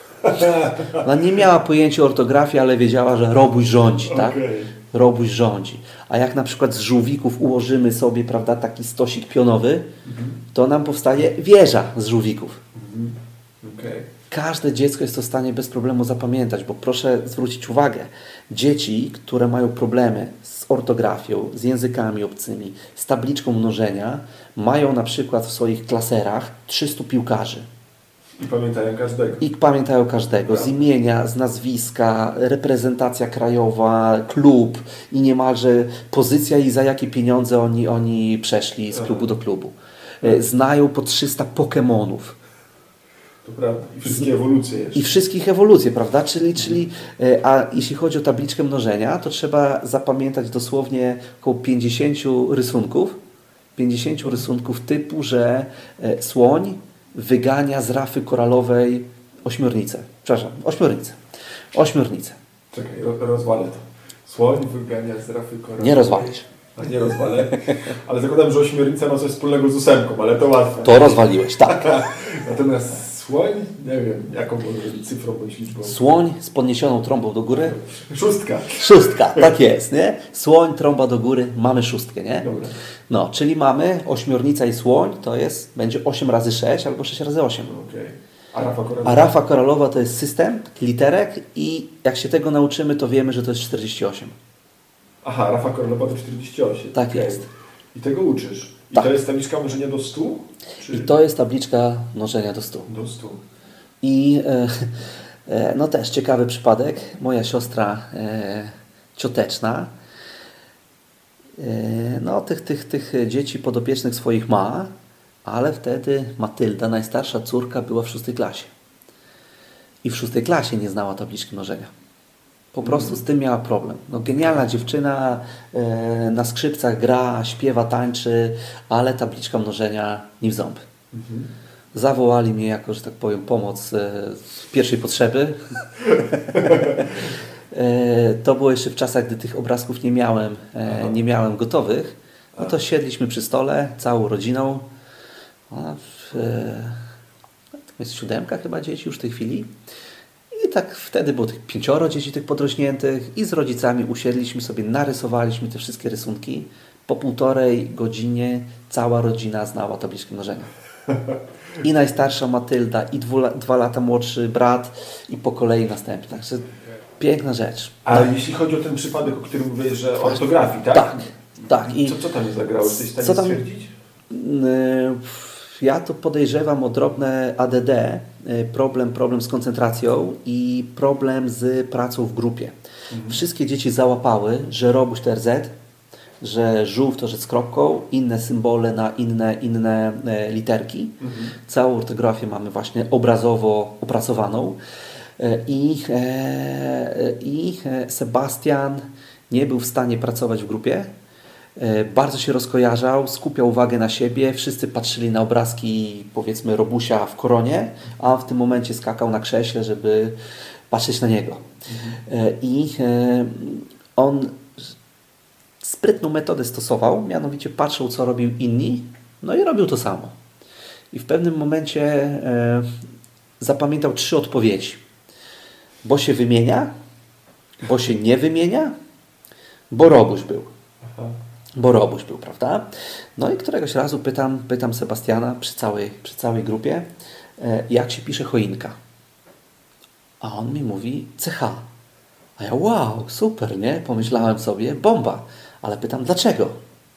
Ona nie miała pojęcia o ortografii, ale wiedziała, że Robuś rządzi, tak? Okay. Robuś rządzi. A jak na przykład z żółwików ułożymy sobie, prawda, taki stosik pionowy, mhm. to nam powstaje wieża z żółwików. Mhm. Okay. Każde dziecko jest to w stanie bez problemu zapamiętać, bo proszę zwrócić uwagę, dzieci, które mają problemy z ortografią, z językami obcymi, z tabliczką mnożenia, mają na przykład w swoich klaserach trzystu piłkarzy. I pamiętają każdego. I pamiętają każdego. Z imienia, z nazwiska, reprezentacja krajowa, klub i niemalże pozycja i za jakie pieniądze oni, oni przeszli z klubu do klubu. Znają po trzysta Pokemonów. To prawda. I wszystkie ewolucje jeszcze. I wszystkich ewolucje, prawda? Czyli, czyli, a jeśli chodzi o tabliczkę mnożenia, to trzeba zapamiętać dosłownie około pięćdziesięciu rysunków. pięćdziesięciu rysunków typu, że słoń wygania z rafy koralowej ośmiornicę. Przepraszam, ośmiornicę. Ośmiornicę. Czekaj, rozwalę to. Słoń wygania z rafy koralowej. Nie rozwalisz. A nie rozwalę. Ale zakładam, że ośmiornica ma coś wspólnego z ósemką, ale to łatwe. To rozwaliłeś, tak. Natomiast słoń, nie wiem, jaką może być cyfrą bądź liczbą. Słoń z podniesioną trąbą do góry. Szóstka. Szóstka, tak jest, nie? Słoń, trąba do góry, mamy szóstkę, nie? Dobra. No, czyli mamy ośmiornica i słoń, to jest, będzie osiem razy sześć albo sześć razy osiem. Okay. A rafa koralowa? A rafa koralowa to jest system literek i jak się tego nauczymy, to wiemy, że to jest czterdzieści osiem. Aha, rafa koralowa to czterdzieści osiem. Tak okay. jest. I tego uczysz? I tak. to jest tabliczka mnożenia do stu? Czy... I to jest tabliczka mnożenia do stu. Do stu. I e, e, no też ciekawy przypadek. Moja siostra e, cioteczna e, no tych, tych, tych dzieci podopiecznych swoich ma ale wtedy Matylda, najstarsza córka, była w szóstej klasie. I w szóstej klasie nie znała tabliczki mnożenia. Po prostu z tym miała problem. No, genialna dziewczyna, e, na skrzypcach gra, śpiewa, tańczy, ale tabliczka mnożenia nie w ząb. Mhm. Zawołali mnie jako, że tak powiem, pomoc e, z pierwszej potrzeby. e, to było jeszcze w czasach, gdy tych obrazków nie miałem, e, nie miałem gotowych. No to siedliśmy przy stole, całą rodziną. A w, e, to jest siódemka chyba dzieci już w tej chwili. I tak wtedy było tych pięcioro dzieci tych podrośniętych i z rodzicami usiedliśmy sobie, narysowaliśmy te wszystkie rysunki. Po półtorej godzinie cała rodzina znała tabliczkę mnożenia. I najstarsza Matylda, i dwu, dwa lata młodszy brat, i po kolei następny. Także piękna rzecz. Ale jeśli chodzi o ten przypadek, o którym mówię, że ortografii, tak? Tak, tak. I co, co tam nie zagrało? Jesteś w stanie co tam, stwierdzić? Ja to podejrzewam o drobne A D D, problem, problem z koncentracją i problem z pracą w grupie. Mhm. Wszystkie dzieci załapały, że robuś to R Z, że żółw to rzecz z kropką, inne symbole na inne, inne literki. Mhm. Całą ortografię mamy właśnie obrazowo opracowaną. I, i Sebastian nie był w stanie pracować w grupie. Bardzo się rozkojarzał, skupiał uwagę na siebie, wszyscy patrzyli na obrazki, powiedzmy, robusia w koronie, a w tym momencie skakał na krześle, żeby patrzeć na niego. Mhm. I on sprytną metodę stosował, mianowicie patrzył, co robił inni, no i robił to samo. I w pewnym momencie zapamiętał trzy odpowiedzi. Bo się wymienia, bo się nie wymienia, bo robuś był. Aha. Bo robuś był, prawda? No i któregoś razu pytam, pytam Sebastiana przy całej, przy całej grupie, jak się pisze choinka. A on mi mówi C H. A ja wow, super, nie? Pomyślałem sobie, bomba. Ale pytam, dlaczego?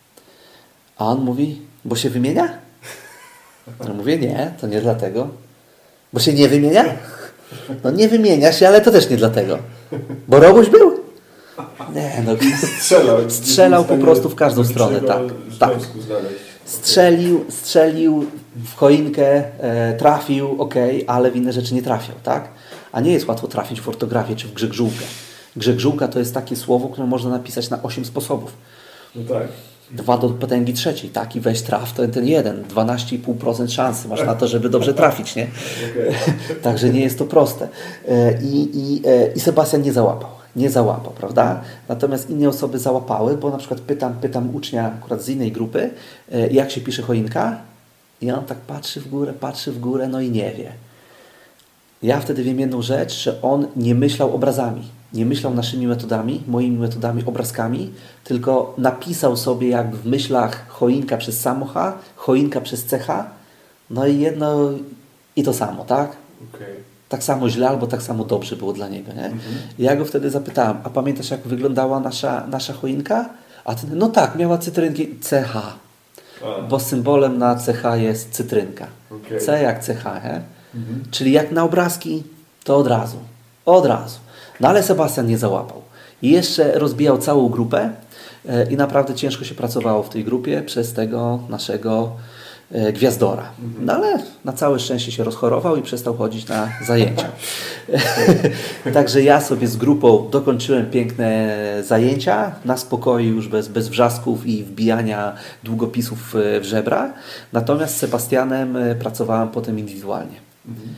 A on mówi, bo się wymienia? Ja mówię, nie, to nie dlatego. Bo się nie wymienia? No nie wymienia się, ale to też nie dlatego. Bo robuś był? Nie, no. Strzelał. Strzelał po prostu w każdą stronę, tak. tak. Strzelił, strzelił w choinkę, e, trafił, ok, ale w inne rzeczy nie trafiał, tak? A nie jest łatwo trafić w ortografię czy w grzegżółkę. Grzegżółka to jest takie słowo, które można napisać na osiem sposobów. No tak. Dwa do potęgi trzeciej, tak? I weź traf, to ten jeden. dwanaście i pół procent szansy masz na to, żeby dobrze trafić, nie? Okay. Także nie jest to proste. I, i, i Sebastian nie załapał. Nie załapał, prawda? Natomiast inne osoby załapały, bo na przykład pytam, pytam ucznia akurat z innej grupy, jak się pisze choinka? I on tak patrzy w górę, patrzy w górę, no i nie wie. Ja wtedy wiem jedną rzecz, że on nie myślał obrazami. Nie myślał naszymi metodami, moimi metodami, obrazkami, tylko napisał sobie jakby w myślach choinka przez samo H, choinka przez C H, no i jedno i to samo, tak? Okay. Tak samo źle albo tak samo dobrze było dla niego, nie? Mhm. Ja go wtedy zapytałem, a pamiętasz jak wyglądała nasza, nasza choinka? A ten, no tak, miała cytrynki C H, a. bo symbolem na C H jest cytrynka. Okay. C jak C H, nie? Mhm. Czyli jak na obrazki, to od razu. Od razu. No ale Sebastian nie załapał. I jeszcze rozbijał całą grupę e, i naprawdę ciężko się pracowało w tej grupie przez tego naszego e, gwiazdora. Mhm. No ale na całe szczęście się rozchorował i przestał chodzić na zajęcia. Także ja sobie z grupą dokończyłem piękne zajęcia, na spokoju już bez, bez wrzasków i wbijania długopisów w żebra. Natomiast z Sebastianem pracowałem potem indywidualnie. Mhm.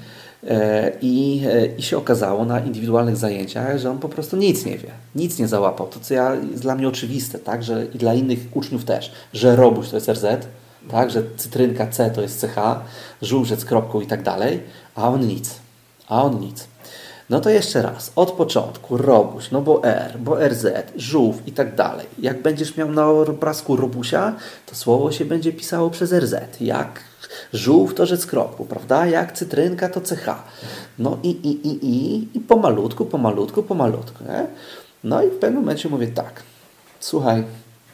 I, I się okazało na indywidualnych zajęciach, że on po prostu nic nie wie, nic nie załapał. To, co ja, jest dla mnie oczywiste, tak, że i dla innych uczniów też, że robuś to jest R Z, tak, że cytrynka C to jest C H, żółwrzec z kropką i tak dalej, a on nic, a on nic. No to jeszcze raz, od początku robuś, no bo R, bo R Z, żółw i tak dalej. Jak będziesz miał na obrazku robusia, to słowo się będzie pisało przez R Z. Jak żółw to rzec kropku, prawda? Jak cytrynka to C H. No i, i, i, i, i pomalutku, pomalutku, pomalutku. Nie? No i w pewnym momencie mówię tak, słuchaj,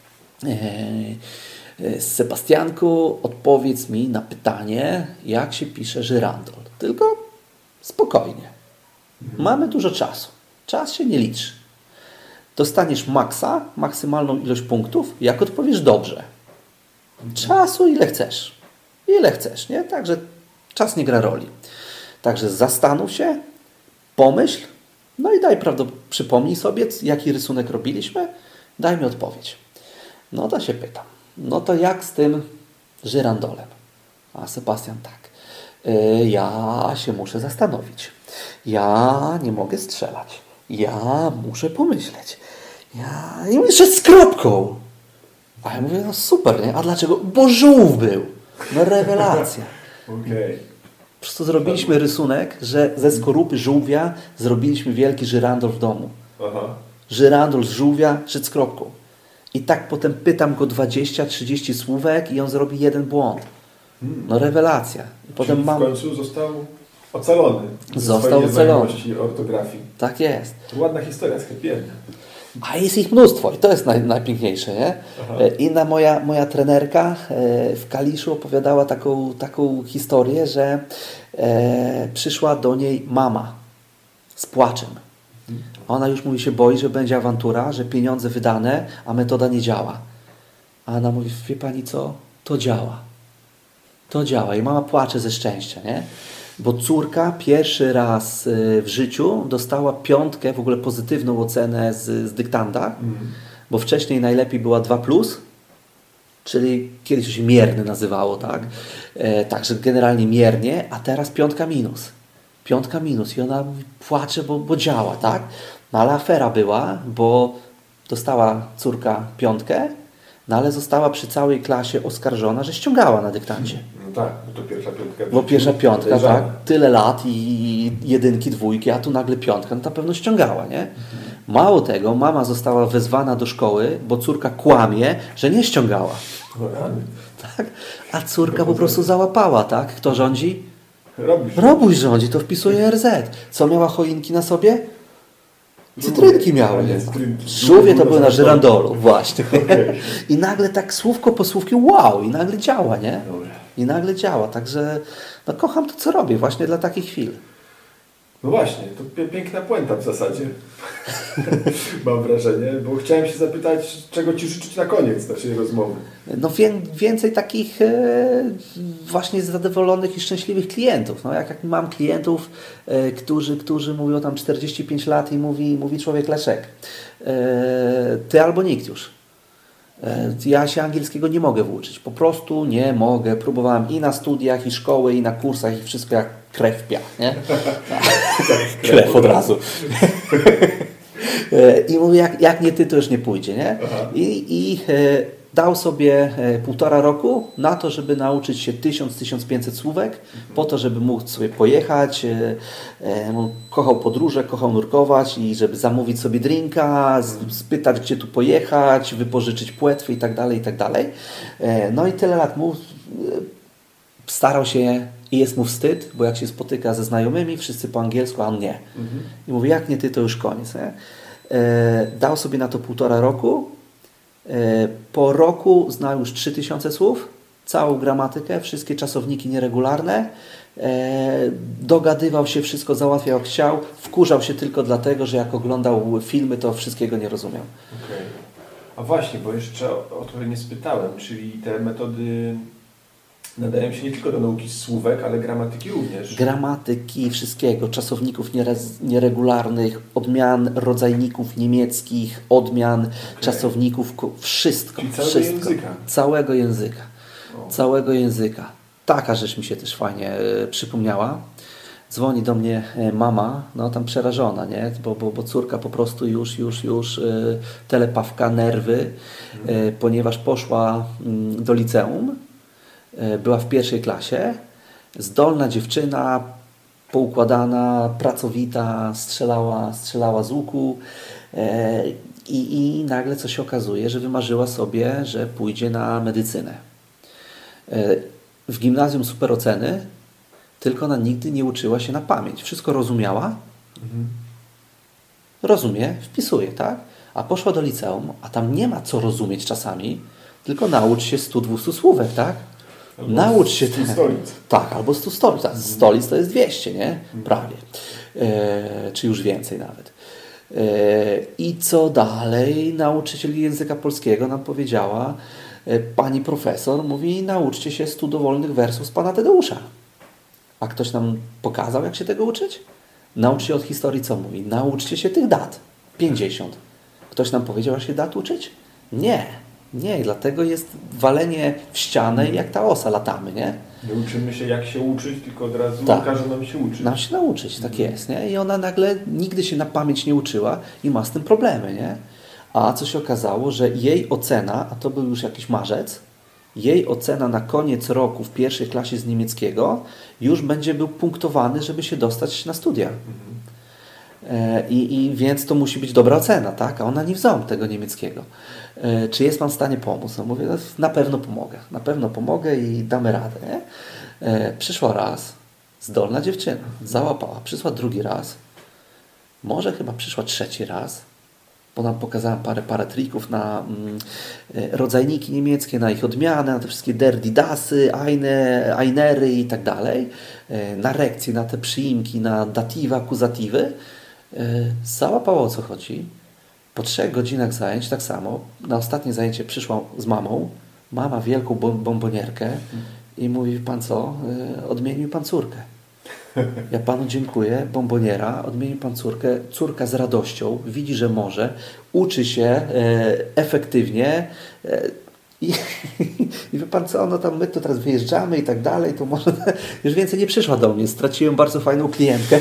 e, Sebastianku, odpowiedz mi na pytanie, jak się pisze żyrandol. Tylko spokojnie. Mamy dużo czasu. Czas się nie liczy. Dostaniesz maksa, maksymalną ilość punktów, jak odpowiesz dobrze. Czasu ile chcesz. Ile chcesz, nie? Także czas nie gra roli. Także zastanów się, pomyśl, no i daj prawdę, przypomnij sobie, jaki rysunek robiliśmy, daj mi odpowiedź. No to się pytam, no to jak z tym żyrandolem? A Sebastian tak, yy, ja się muszę zastanowić. Ja nie mogę strzelać. Ja muszę pomyśleć. Ja i mówię, że z kropką. A ja mówię, no super, nie? A dlaczego? Bo żółw był. No rewelacja. Okay. Po prostu zrobiliśmy rysunek, że ze skorupy żółwia zrobiliśmy wielki żyrandol w domu. Aha. Żyrandol z żółwia, szedł z kropką. I tak potem pytam go dwadzieścia trzydzieści słówek i on zrobi jeden błąd. No rewelacja. I potem Czyli mam... w końcu został ocalony. Został ocalony. Ortografii. Tak jest. Ładna historia, sklepienna. A jest ich mnóstwo i to jest naj, najpiękniejsze, nie? Aha. Inna moja, moja trenerka w Kaliszu opowiadała taką, taką historię, że e, przyszła do niej mama z płaczem. Ona już mówi, się boi, że będzie awantura, że pieniądze wydane, a metoda nie działa. A ona mówi, wie pani co? To działa. To działa. I mama płacze ze szczęścia, nie? Bo córka pierwszy raz w życiu dostała piątkę, w ogóle pozytywną ocenę z, z dyktanda, mm. bo wcześniej najlepiej była dwa plus, czyli kiedyś to się mierny nazywało, tak? E, także generalnie miernie, a teraz piątka minus. Piątka minus i ona mówi, płacze, bo, bo działa, tak? No ale afera była, bo dostała córka piątkę, no ale została przy całej klasie oskarżona, że ściągała na dyktancie. No tak, bo to pierwsza piątka. Bo pierwsza piątka, tak? Tyle lat i jedynki, dwójki, a tu nagle piątka, no to na pewno ściągała, nie? Mhm. Mało tego, mama została wezwana do szkoły, bo córka kłamie, że nie ściągała. No rany. Tak? A córka po prostu załapała, tak? Kto rządzi? Robisz. Robuś rządzi, to wpisuje R Z. Co miała choinki na sobie? Cytrynki miały. Nie? Żółwie to były na żyrandolu, właśnie. Okay. I nagle tak słówko po słówku, wow, i nagle działa, nie? Dobra. I nagle działa, także no, kocham to, co robię, właśnie dla takich chwil. No właśnie, to piękna puenta w zasadzie. Mam wrażenie, bo chciałem się zapytać, czego Ci życzyć na koniec naszej rozmowy. No wie, więcej takich e, właśnie zadowolonych i szczęśliwych klientów. No, jak, jak mam klientów, e, którzy, którzy mówią tam czterdzieści pięć lat i mówi, mówi człowiek Leszek, e, ty albo nikt już. E, ja się angielskiego nie mogę włóczyć. Po prostu nie mogę. Próbowałem i na studiach, i szkoły, i na kursach, i wszystko jak krew w piach, nie? Krew od razu. I mówię, jak, jak nie ty, to już nie pójdzie, nie? I, i e, dał sobie e, półtora roku na to, żeby nauczyć się tysiąc do tysiąca pięciuset słówek, mhm. po to, żeby mógł sobie pojechać. E, e, kochał podróże, kochał nurkować i żeby zamówić sobie drinka, z, spytać, gdzie tu pojechać, wypożyczyć płetwy i tak dalej, i tak dalej. E, no i tyle lat mu e, starał się i jest mu wstyd, bo jak się spotyka ze znajomymi, wszyscy po angielsku, a on nie. Mhm. I mówi, jak nie ty, to już koniec, nie? E, dał sobie na to półtora roku. E, po roku znał już trzy tysiące słów, całą gramatykę, wszystkie czasowniki nieregularne. E, dogadywał się, wszystko załatwiał jak chciał. Wkurzał się tylko dlatego, że jak oglądał filmy, to wszystkiego nie rozumiał. Okay. A właśnie, bo jeszcze o, o to nie spytałem, czyli te metody nadają się nie tylko do nauki słówek, ale gramatyki również. Gramatyki, wszystkiego, czasowników nieregularnych, odmian rodzajników niemieckich, odmian okay. czasowników, wszystko. Czyli całego wszystko. języka. Całego języka. O. Całego języka. Taka rzecz mi się też fajnie e, przypomniała. Dzwoni do mnie mama, no tam przerażona, nie? Bo, bo, bo córka po prostu już, już, już e, telepawka, nerwy, e, ponieważ poszła m, do liceum. Była w pierwszej klasie, zdolna dziewczyna, poukładana, pracowita, strzelała, strzelała z łuku e, i, i nagle co się okazuje, że wymarzyła sobie, że pójdzie na medycynę. E, w gimnazjum super oceny, tylko ona nigdy nie uczyła się na pamięć. Wszystko rozumiała, mhm. rozumie, wpisuje, tak? A poszła do liceum, a tam nie ma co rozumieć czasami, tylko naucz się stu dwustu słówek, tak? Albo Naucz się stu stolic. Tak, albo stu stolic. Tak, stolic to jest dwieście, nie? Prawie. E, czy już więcej nawet. E, I co dalej? Nauczyciel języka polskiego nam powiedziała, Pani profesor mówi, nauczcie się stu dowolnych wersów z pana Tadeusza. A ktoś nam pokazał, jak się tego uczyć? Naucz się od historii, co mówi. Nauczcie się tych dat. pięćdziesiąt. Ktoś nam powiedział, jak się dat uczyć? Nie. Nie, dlatego jest walenie w ścianę i jak ta osa latamy, nie? Nie uczymy się, jak się uczyć, tylko od razu tak. każe nam się uczyć. Nam się nauczyć, tak jest, nie? I ona nagle nigdy się na pamięć nie uczyła i ma z tym problemy, nie? A co się okazało, że jej ocena, a to był już jakiś marzec, jej ocena na koniec roku w pierwszej klasie z niemieckiego już będzie był punktowany, żeby się dostać na studia. Mhm. I, I więc to musi być dobra ocena, tak? A ona nie wzięła tego niemieckiego. E, czy jest Pan w stanie pomóc? No mówię, no, na pewno pomogę. Na pewno pomogę i damy radę. Nie? E, przyszła raz, zdolna dziewczyna, załapała. Przyszła drugi raz, może chyba przyszła trzeci raz, bo nam pokazałem parę, parę trików na mm, rodzajniki niemieckie, na ich odmianę, na te wszystkie der, die, dasy, eine, einery i tak dalej. E, na rekcje, na te przyimki, na datywa, akuzatywy. Załapało, o co chodzi. Po trzech godzinach zajęć, tak samo, na ostatnie zajęcie przyszła z mamą, mama wielką bombonierkę i mówi, pan co, odmienił pan córkę. Ja panu dziękuję, bomboniera, odmienił pan córkę, córka z radością, widzi, że może, uczy się e, efektywnie e, i, i wie pan co, no tam my to teraz wyjeżdżamy i tak dalej, to może już więcej nie przyszła do mnie, straciłem bardzo fajną klientkę,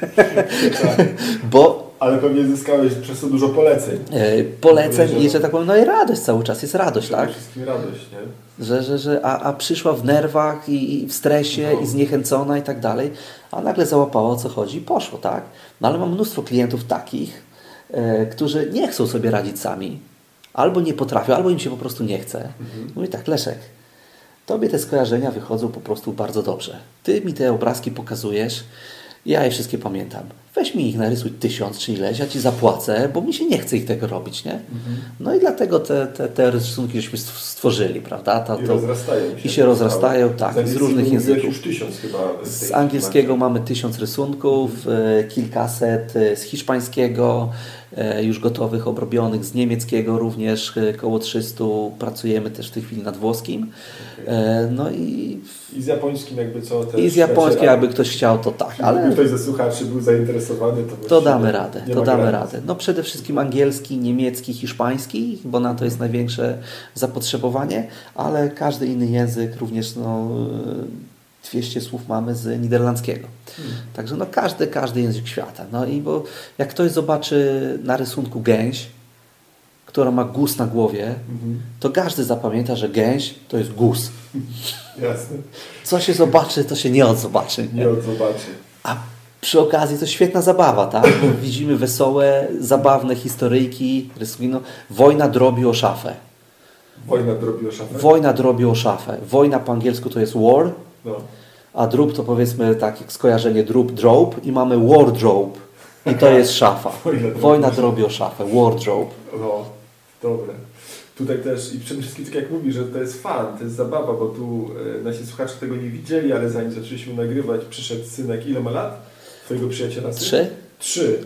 tak. bo ale pewnie zyskałeś przez to dużo poleceń. E, poleceń i że tak powiem, no i radość cały czas, jest radość, Przede tak? wszystkim radość, nie? Że, że, że, a, a przyszła w nerwach i, i w stresie no. i zniechęcona i tak dalej, a nagle załapała, o co chodzi i poszło, tak? No ale mam mnóstwo klientów takich, e, którzy nie chcą sobie radzić sami, albo nie potrafią, albo im się po prostu nie chce. Mhm. Mówię tak, Leszek, tobie te skojarzenia wychodzą po prostu bardzo dobrze. Ty mi te obrazki pokazujesz, ja je wszystkie pamiętam. Weź mi ich narysuj tysiąc czy ileś, ja Ci zapłacę, bo mi się nie chce ich tego robić, nie? Mhm. No i dlatego te, te, te rysunki żeśmy stworzyli, prawda? Ta, to, I rozrastają się. I się rozrastają, tak, z różnych języków. już tysiąc chyba. Z, z angielskiego mamy. mamy tysiąc rysunków, mhm. kilkaset z hiszpańskiego, już gotowych, obrobionych, z niemieckiego również około trzysta. Pracujemy też w tej chwili nad włoskim. Okay. No i... I z japońskim jakby co? Też I z japońskim jakby ktoś chciał, to tak. Ale jakby ktoś ze słuchaczy był zainteresowany, to... To damy radę, to damy radę. No przede wszystkim angielski, niemiecki, hiszpański, bo na to jest największe zapotrzebowanie, ale każdy inny język, również no, dwieście słów mamy z niderlandzkiego. Hmm. Także no każdy, każdy język świata. No i bo jak ktoś zobaczy na rysunku gęś, która ma guz na głowie, mhm. to każdy zapamięta, że gęś to jest guz. Jasne. Co się zobaczy, to się nie odzobaczy. Nie, nie odzobaczy. A przy okazji to świetna zabawa, tak? Bo widzimy wesołe, zabawne historyjki, rysunki. No, wojna drobi o szafę. Wojna drobi o szafę? Wojna drobi o szafę. Wojna po angielsku to jest war, no. a drób to powiedzmy tak jak skojarzenie drób, drobe i mamy wardrobe. I to jest szafa. Wojna drobi o szafę. Wardrobe. No, dobre. Tutaj też i przede wszystkim tak jak mówisz, że to jest fan, to jest zabawa, bo tu e, nasi słuchacze tego nie widzieli, ale zanim zaczęliśmy nagrywać, przyszedł synek, ile ma lat? Twojego przyjaciela syn? Trzy. Trzy.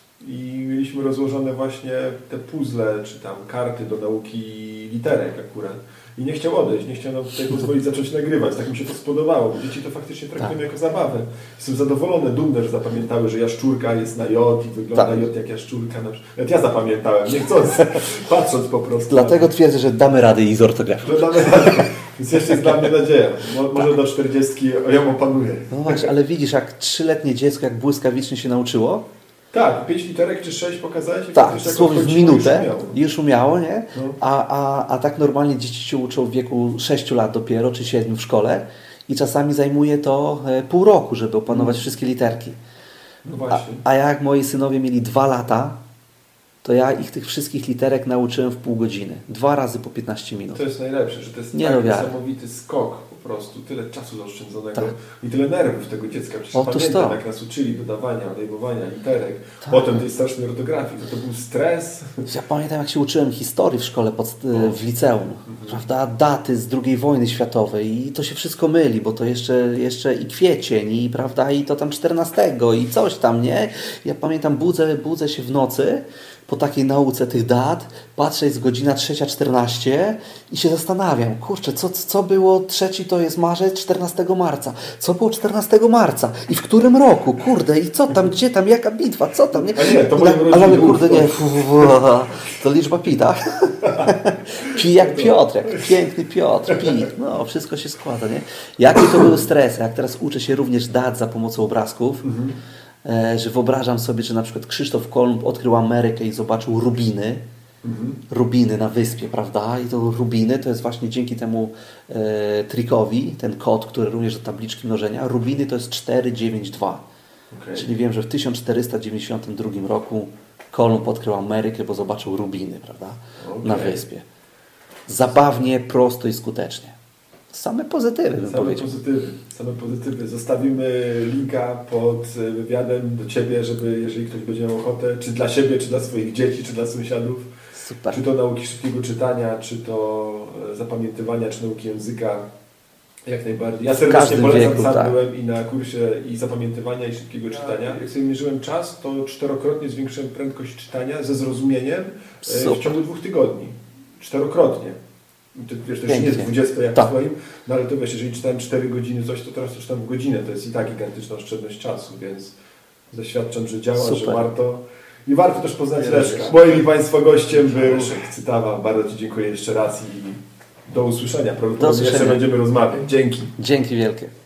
I mieliśmy rozłożone właśnie te puzzle, czy tam karty do nauki literek akurat. I nie chciał odejść, nie chciał nam tutaj pozwolić zacząć nagrywać. Tak mi się to spodobało, bo dzieci to faktycznie traktują tak. jako zabawę. Jestem zadowolony, dumny, że zapamiętały, że jaszczurka jest na J i wygląda tak. J jak jaszczurka. Nawet ja zapamiętałem, nie chcąc, patrząc po prostu. Dlatego twierdzę, że damy radę i z ortografią. Że damy radę. Więc jeszcze jest dla mnie nadzieja. Może tak. do czterdziestki ją opanuję. No właśnie, ale widzisz, jak trzyletnie dziecko, jak błyskawicznie się nauczyło, tak, pięć literek czy sześć pokazałeś? Tak, dosłownie w minutę już umiało, już umiało nie? No. A, a, a tak normalnie dzieci się uczą w wieku sześciu lat dopiero, czy siedmiu w szkole i czasami zajmuje to pół roku, żeby opanować mm. wszystkie literki. No właśnie. A, a jak moi synowie mieli dwa lata, to ja ich tych wszystkich literek nauczyłem w pół godziny. Dwa razy po piętnaście minut. To jest najlepsze, że to jest nie tak no niesamowity skok po prostu. Tyle czasu zaoszczędzonego tak. i tyle nerwów tego dziecka. Przecież Otóż pamiętam, to. jak nas uczyli dodawania, odejmowania literek, tak. potem tej strasznej ortografii, to to był stres. Ja pamiętam, jak się uczyłem historii w szkole, pod, w liceum, mhm. prawda? Daty z drugiej wojny światowej i to się wszystko myli, bo to jeszcze, jeszcze i kwiecień, i, prawda? I to tam czternastego i coś tam, nie? Ja pamiętam, budzę, budzę się w nocy, po takiej nauce tych dat, patrzę, jest godzina trzecia czternaście i się zastanawiam, kurczę, co, co było trzeci to jest marzec, czternastego marca. Co było czternastego marca? I w którym roku? Kurde, i co tam, gdzie tam, jaka bitwa, co tam? Nie? A nie, to I moje na, urodziny. ale kurde, nie, fu, fu, fu, to liczba pi, tak? Pi jak Piotr, jak piękny Piotr, pi. No, wszystko się składa, nie? Jakie to były stresy, jak teraz uczę się również dat za pomocą obrazków, mhm. e, że wyobrażam sobie, że na przykład Krzysztof Kolumb odkrył Amerykę i zobaczył rubiny, mhm. rubiny na wyspie, prawda? I to rubiny to jest właśnie dzięki temu e, trikowi, ten kod, który również do tabliczki mnożenia, rubiny to jest cztery dziewięć dwa. Okay. Czyli wiem, że w tysiąc czterysta dziewięćdziesiątym drugim roku Kolumb odkrył Amerykę, bo zobaczył rubiny, prawda? Okay. Na wyspie. Zabawnie, prosto i skutecznie. Same pozytywy, bym same powiedział. Pozytywy, same pozytywy. Zostawimy linka pod wywiadem do Ciebie, żeby jeżeli ktoś będzie miał ochotę, czy dla siebie, czy dla swoich dzieci, czy dla sąsiadów, super. Czy to nauki szybkiego czytania, czy to zapamiętywania, czy nauki języka, jak najbardziej. Ja serdecznie polecam, wieku, sam tak. byłem i na kursie i zapamiętywania, i szybkiego czytania. Jak sobie mierzyłem czas, to czterokrotnie zwiększyłem prędkość czytania ze zrozumieniem super. w ciągu dwóch tygodni. Czterokrotnie. To, wiesz, to już nie jest dwudziesto jak tak. swoim, no ale to wiesz, jeżeli czytałem cztery godziny coś, to teraz to czytam w godzinę, to jest i tak gigantyczna oszczędność czasu, więc zaświadczam, że działa, super. że warto. I warto też poznać Leszka. Moim i Państwa gościem był Leszek Cytawa. Bardzo Ci dziękuję jeszcze raz i do usłyszenia. Prawdopodobnie jeszcze będziemy rozmawiać. Dzięki. Dzięki wielkie.